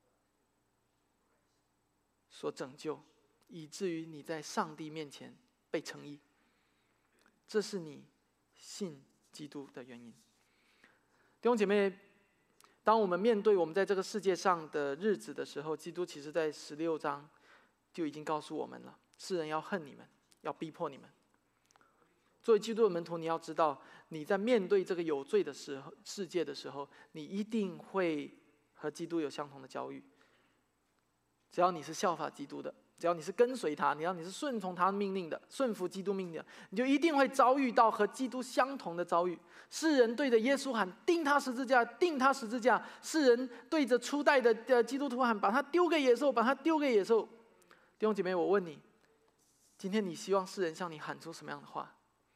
所拯救，以至于你在上帝面前被称义。这是你信基督的原因。弟兄姐妹，当我们面对我们在这个世界上的日子的时候，基督其实在十六章就已经告诉我们了：世人要恨你们，要逼迫你们。作为基督的门徒，你要知道，你在面对这个有罪的时候世界的时候，你一定会和基督有相同的遭遇。只要你是效法基督的，只要你是跟随他，只要你是顺从他命令的，顺服基督命令的，你就一定会遭遇到和基督相同的遭遇。世人对着耶稣喊：钉他十字架，钉他十字架。世人对着初代的基督徒喊：把他丢给野兽，把他丢给野兽。弟兄姐妹，我问你，今天你希望世人向你喊出什么样的话？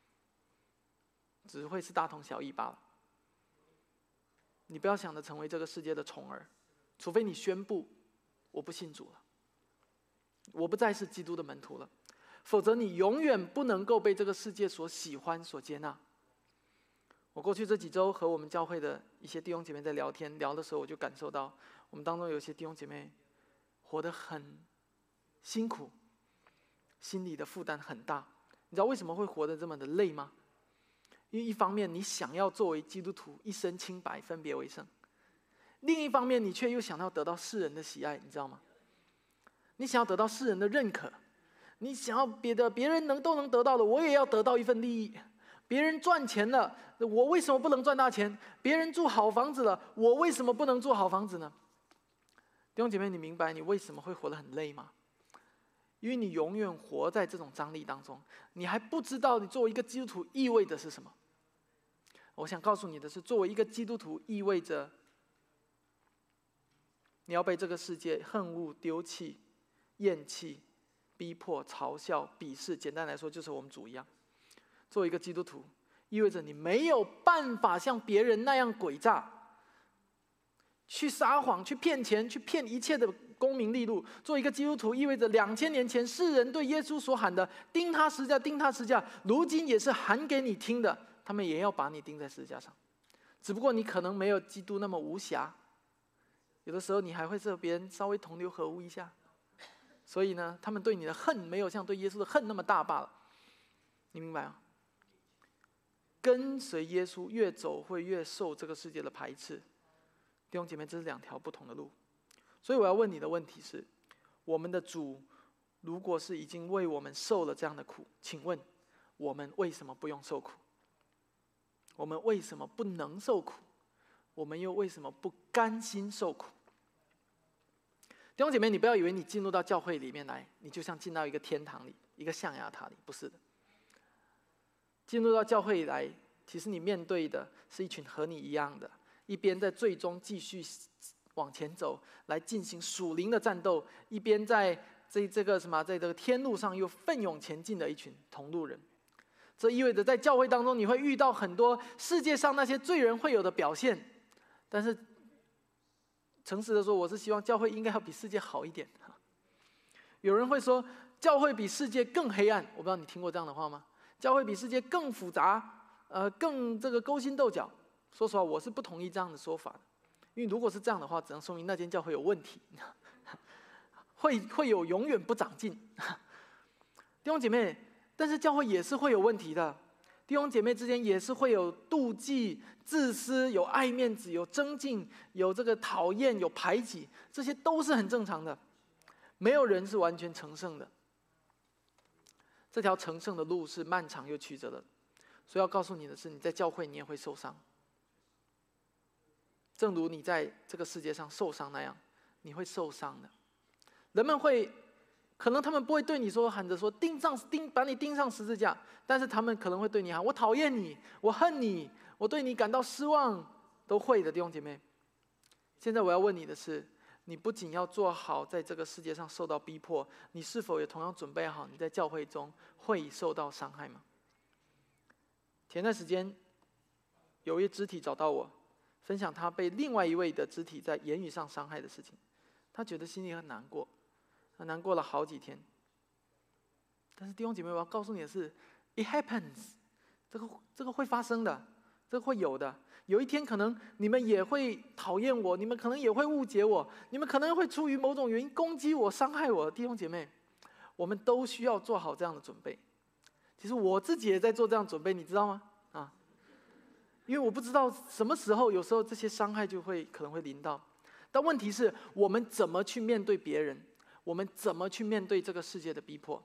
只会是大同小异罢了。你不要想着成为这个世界的宠儿，除非你宣布我不信主了，我不再是基督的门徒了，否则你永远不能够被这个世界所喜欢、所接纳。我过去这几周和我们教会的一些弟兄姐妹在聊天，聊的时候我就感受到，我们当中有些弟兄姐妹活得很辛苦，心里的负担很大。你知道为什么会活得这么的累吗？因为一方面你想要作为基督徒一身清白分别为圣，另一方面你却又想要得到世人的喜爱，你知道吗？你想要得到世人的认可，你想要别的别人能都能得到的，我也要得到一份利益。别人赚钱了，我为什么不能赚大钱？别人住好房子了，我为什么不能住好房子呢？弟兄姐妹，你明白你为什么会活得很累吗？因为你永远活在这种张力当中，你还不知道你作为一个基督徒意味着是什么。我想告诉你的是，作为一个基督徒意味着你要被这个世界恨恶、丢弃、厌弃、逼迫、嘲笑、鄙视，简单来说就是我们主一样。作为一个基督徒，意味着你没有办法像别人那样诡诈，去撒谎、去骗钱、去骗一切的功名利禄。做一个基督徒意味着两千年前世人对耶稣所喊的“钉他十字架，钉他十字架”，如今也是喊给你听的。他们也要把你钉在十字架上，只不过你可能没有基督那么无瑕，有的时候你还会和别人稍微同流合污一下。所以呢，他们对你的恨没有像对耶稣的恨那么大罢了。你明白吗？跟随耶稣越走会越受这个世界的排斥。弟兄姐妹，这是两条不同的路。所以我要问你的问题是：我们的主如果是已经为我们受了这样的苦，请问我们为什么不用受苦？我们为什么不能受苦？我们又为什么不甘心受苦？弟兄姐妹，你不要以为你进入到教会里面来，你就像进到一个天堂里，一个象牙塔里，不是的。进入到教会里来，其实你面对的是一群和你一样的，一边在最终继续往前走，来进行属灵的战斗，一边在这这个什么，在这个天路上又奋勇前进的一群同路人。这意味着在教会当中，你会遇到很多世界上那些罪人会有的表现，但是诚实的说，我是希望教会应该要比世界好一点。有人会说，教会比世界更黑暗，我不知道你听过这样的话吗？教会比世界更复杂，呃，更这个勾心斗角。说实话，我是不同意这样的说法的，因为如果是这样的话，只能说明那间教会有问题，会会有永远不长进。弟兄姐妹。但是教会也是会有问题的，弟兄姐妹之间也是会有妒忌、自私、有爱面子、有争竞、有这个讨厌、有排挤，这些都是很正常的。没有人是完全成圣的，这条成圣的路是漫长又曲折的。所以要告诉你的是，你在教会你也会受伤，正如你在这个世界上受伤那样，你会受伤的。人们会。可能他们不会对你说喊着说钉上钉把你钉上十字架，但是他们可能会对你喊：我讨厌你，我恨你，我对你感到失望，都会的，弟兄姐妹。现在我要问你的是，你不仅要做好在这个世界上受到逼迫，你是否也同样准备好你在教会中会受到伤害吗？前段时间有一肢体找到我，分享他被另外一位的肢体在言语上伤害的事情，他觉得心里很难过。他难过了好几天。 但是弟兄姐妹，我要告诉你的是 ，it happens， 这个这个会发生的，这个会有的。有一天可能你们也会讨厌我，你们可能也会误解我，你们可能会出于某种原因攻击我、伤害我。弟兄姐妹，我们都需要做好这样的准备。其实我自己也在做这样的准备，你知道吗？啊，因为我不知道什么时候，有时候这些伤害就会可能会临到。但问题是我们怎么去面对别人？我们怎么去面对这个世界的逼迫？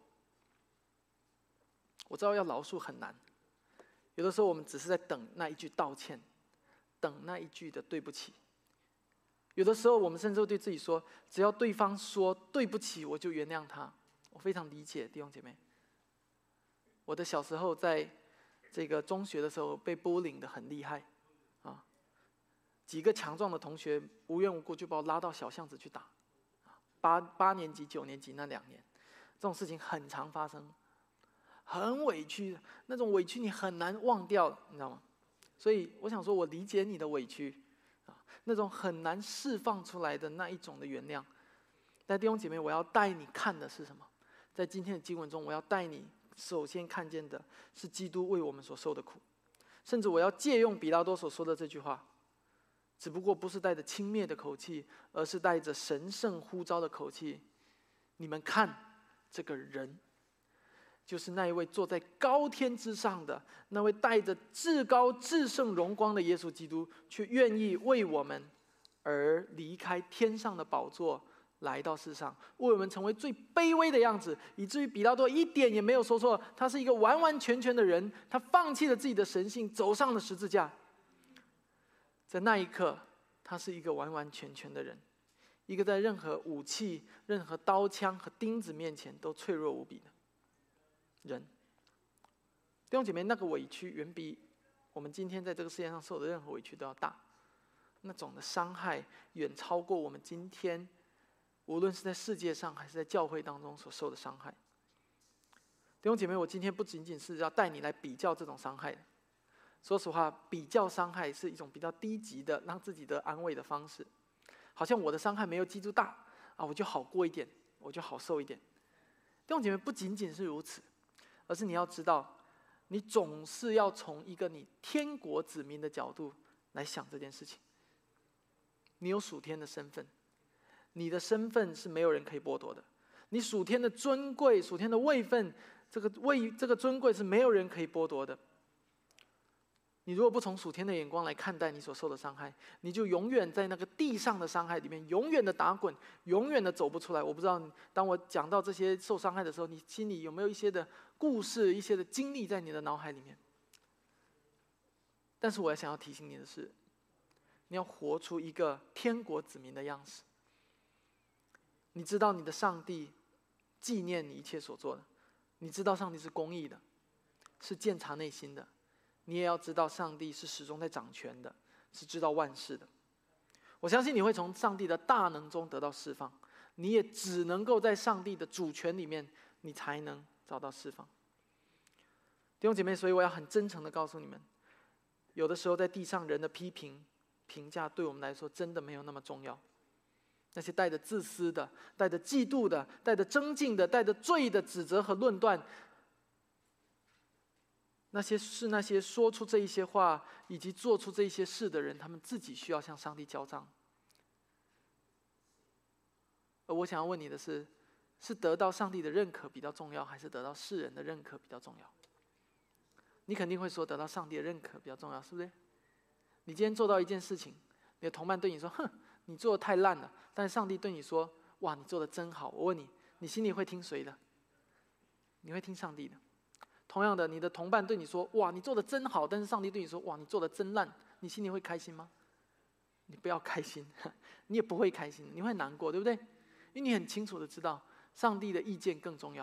我知道要饶恕很难，有的时候我们只是在等那一句道歉，等那一句的对不起。有的时候我们甚至会对自己说，只要对方说对不起，我就原谅他。我非常理解弟兄姐妹。我的小时候在这个中学的时候被bullying的很厉害，啊，几个强壮的同学无缘无故就把我拉到小巷子去打。八八年级、九年级那两年，这种事情很常发生。很委屈，那种委屈你很难忘掉，你知道吗？所以我想说，我理解你的委屈，啊，那种很难释放出来的那一种的原谅。但弟兄姐妹，我要带你看的是什么？在今天的经文中，我要带你首先看见的是基督为我们所受的苦，甚至我要借用比拉多所说的这句话，只不过不是带着轻蔑的口气，而是带着神圣呼召的口气。你们看这个人。就是那一位坐在高天之上的那位带着至高至圣荣光的耶稣基督，却愿意为我们而离开天上的宝座，来到世上，为我们成为最卑微的样子，以至于比拉多一点也没有说错，他是一个完完全全的人，他放弃了自己的神性，走上了十字架。在那一刻，他是一个完完全全的人，一个在任何武器、任何刀枪和钉子面前都脆弱无比的人。弟兄姐妹，那个委屈远比我们今天在这个世界上受的任何委屈都要大，那种的伤害远超过我们今天无论是在世界上还是在教会当中所受的伤害。弟兄姐妹，我今天不仅仅是要带你来比较这种伤害的，说实话，比较伤害是一种比较低级的让自己得安慰的方式，好像我的伤害没有基督大啊，我就好过一点，我就好受一点。弟兄姐妹，不仅仅是如此，而是你要知道，你总是要从一个你天国子民的角度来想这件事情。你有属天的身份，你的身份是没有人可以剥夺的。你属天的尊贵、属天的位分，这个位这个尊贵是没有人可以剥夺的。你如果不从属天的眼光来看待你所受的伤害，你就永远在那个地上的伤害里面，永远的打滚，永远的走不出来。我不知道，当我讲到这些受伤害的时候，你心里有没有一些的故事、一些的经历在你的脑海里面？但是我想要提醒你的是，你要活出一个天国子民的样式。你知道你的上帝纪念你一切所做的，你知道上帝是公义的，是鉴察内心的。你也要知道上帝是始终在掌权的，是知道万事的。我相信你会从上帝的大能中得到释放，你也只能够在上帝的主权里面，你才能找到释放。弟兄姐妹，所以我要很真诚的告诉你们，有的时候在地上人的批评评价对我们来说真的没有那么重要。那些带着自私的、带着嫉妒的、带着争竞的、带着罪的指责和论断，那些是那些说出这一些话以及做出这一些事的人，他们自己需要向上帝交账。而我想要问你的是，是得到上帝的认可比较重要，还是得到世人的认可比较重要？你肯定会说得到上帝的认可比较重要，是不是？你今天做到一件事情，你的同伴对你说：“哼，你做的太烂了。”但是上帝对你说：“哇，你做的真好。”我问你，你心里会听谁的？你会听上帝的。同样的，你的同伴对你说：“哇，你做的真好。”但是上帝对你说：“哇，你做的真烂。”你心里会开心吗？你不要开心，你也不会开心，你会难过，对不对？因为你很清楚的知道，上帝的意见更重要。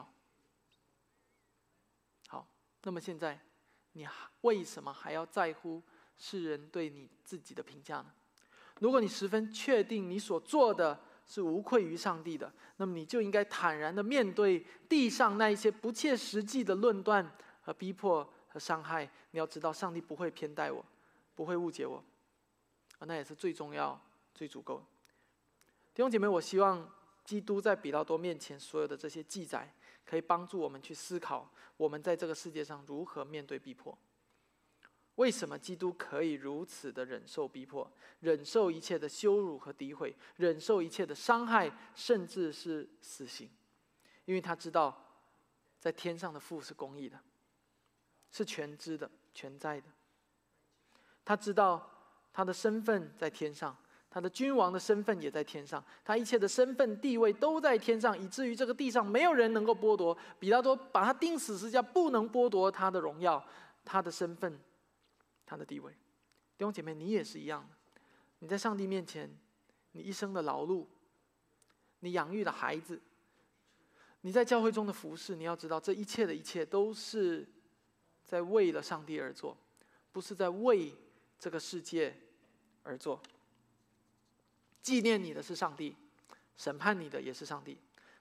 好，那么现在，你为什么还要在乎世人对你自己的评价呢？如果你十分确定你所做的是无愧于上帝的，那么你就应该坦然的面对地上那一些不切实际的论断和逼迫和伤害。你要知道，上帝不会偏待我，不会误解我，那也是最重要、最足够的。弟兄姐妹，我希望基督在比拉多面前所有的这些记载， 可以帮助我们去思考，我们在这个世界上如何面对逼迫。为什么基督可以如此的忍受逼迫，忍受一切的羞辱和诋毁，忍受一切的伤害，甚至是死刑？因为他知道，在天上的父是公义的，是全知的、全在的。他知道他的身份在天上，他的君王的身份也在天上，他一切的身份地位都在天上，以至于这个地上没有人能够剥夺。比拉多把他钉死十字架，不能剥夺他的荣耀、他的身份、他的地位。弟兄姐妹，你也是一样的。你在上帝面前，你一生的劳碌，你养育的孩子，你在教会中的服侍，你要知道，这一切的一切都是在为了上帝而做，不是在为这个世界而做。纪念你的是上帝，审判你的也是上帝。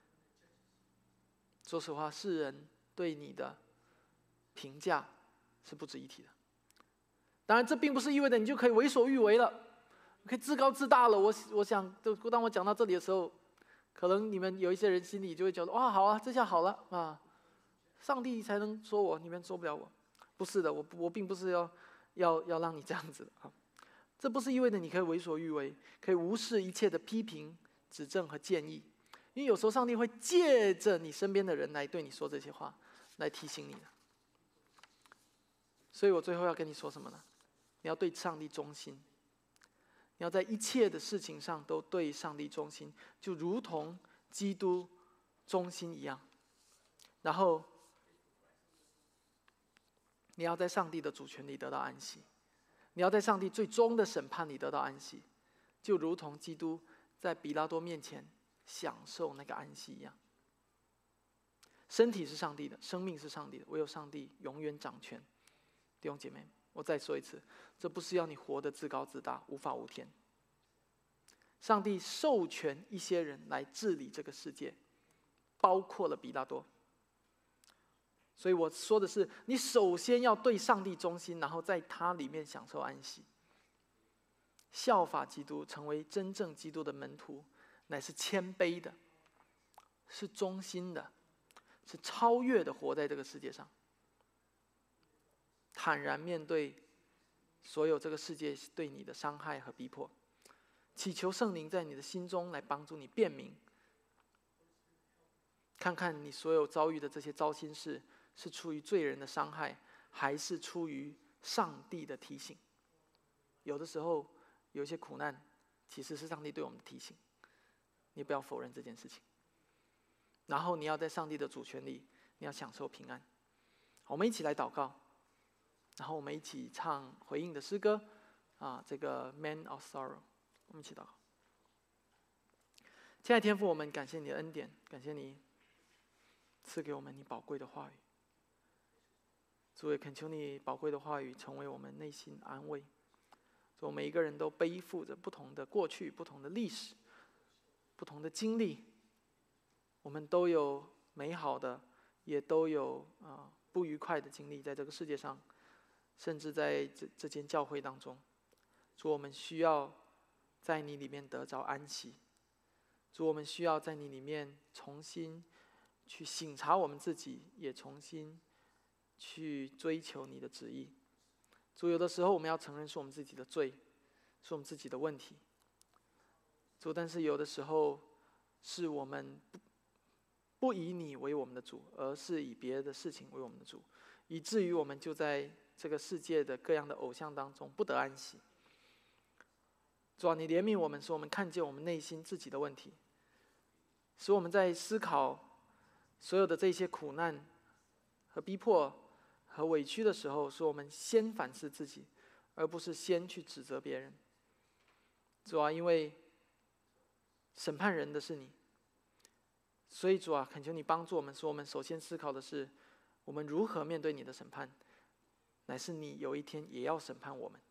说实话，世人对你的评价是不值一提的。当然，这并不是意味着你就可以为所欲为了，可以自高自大了。我我想，当我讲到这里的时候，可能你们有一些人心里就会觉得，哇，好啊，这下好了啊，上帝才能说我，你们说不了我。不是的，我我并不是要要要让你这样子啊。这不是意味着你可以为所欲为，可以无视一切的批评、指正和建议，因为有时候上帝会借着你身边的人来对你说这些话，来提醒你的。所以我最后要跟你说什么呢？你要对上帝忠心，你要在一切的事情上都对上帝忠心，就如同基督忠心一样。然后你要在上帝的主权里得到安息，你要在上帝最终的审判里得到安息，就如同基督在比拉多面前享受那个安息一样。身体是上帝的，生命是上帝的，唯有上帝永远掌权。弟兄姐妹，我再说一次，这不是要你活得自高自大、无法无天。上帝授权一些人来治理这个世界，包括了比拉多。所以我说的是，你首先要对上帝忠心，然后在他里面享受安息。效法基督，成为真正基督的门徒，乃是谦卑的，是忠心的，是超越的活在这个世界上，坦然面对所有这个世界对你的伤害和逼迫，祈求圣灵在你的心中来帮助你辨明，看看你所有遭遇的这些糟心事是出于罪人的伤害，还是出于上帝的提醒。有的时候有一些苦难其实是上帝对我们的提醒，你不要否认这件事情。然后你要在上帝的主权里，你要享受平安。我们一起来祷告，然后我们一起唱回应的诗歌啊，这个 Man of Sorrow， 我们一起祷告。亲爱的天父，我们感谢你的恩典，感谢你赐给我们你宝贵的话语。主也恳求你宝贵的话语成为我们内心安慰。主，每一个人都背负着不同的过去、不同的历史、不同的经历，我们都有美好的，也都有啊、呃、不愉快的经历，在这个世界上，甚至在这这间教会当中。主，我们需要在你里面得着安息。主，我们需要在你里面重新去省察我们自己，也重新去追求你的旨意。主，有的时候我们要承认是我们自己的罪，是我们自己的问题。主，但是有的时候是我们不不以你为我们的主，而是以别的事情为我们的主，以至于我们就在这个世界的各样的偶像当中不得安息。主啊，你怜悯我们，使我们看见我们内心自己的问题，使我们在思考所有的这些苦难和逼迫和委屈的时候，是我们先反思自己，而不是先去指责别人。主啊，因为审判人的是你，所以主啊，恳求你帮助我们，说我们首先思考的是，我们如何面对你的审判，乃是你有一天也要审判我们，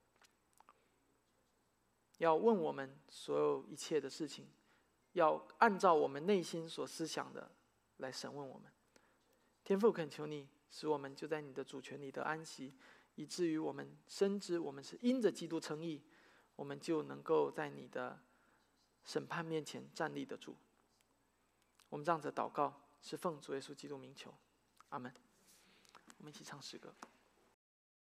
要问我们所有一切的事情，要按照我们内心所思想的来审问我们。天父，恳求你使我们就在你的主权里得安息，以至于我们深知我们是因着基督称义，我们就能够在你的审判面前站立得住。我们这样子祷告， 是奉主耶稣基督名求，阿门。我们一起唱诗歌。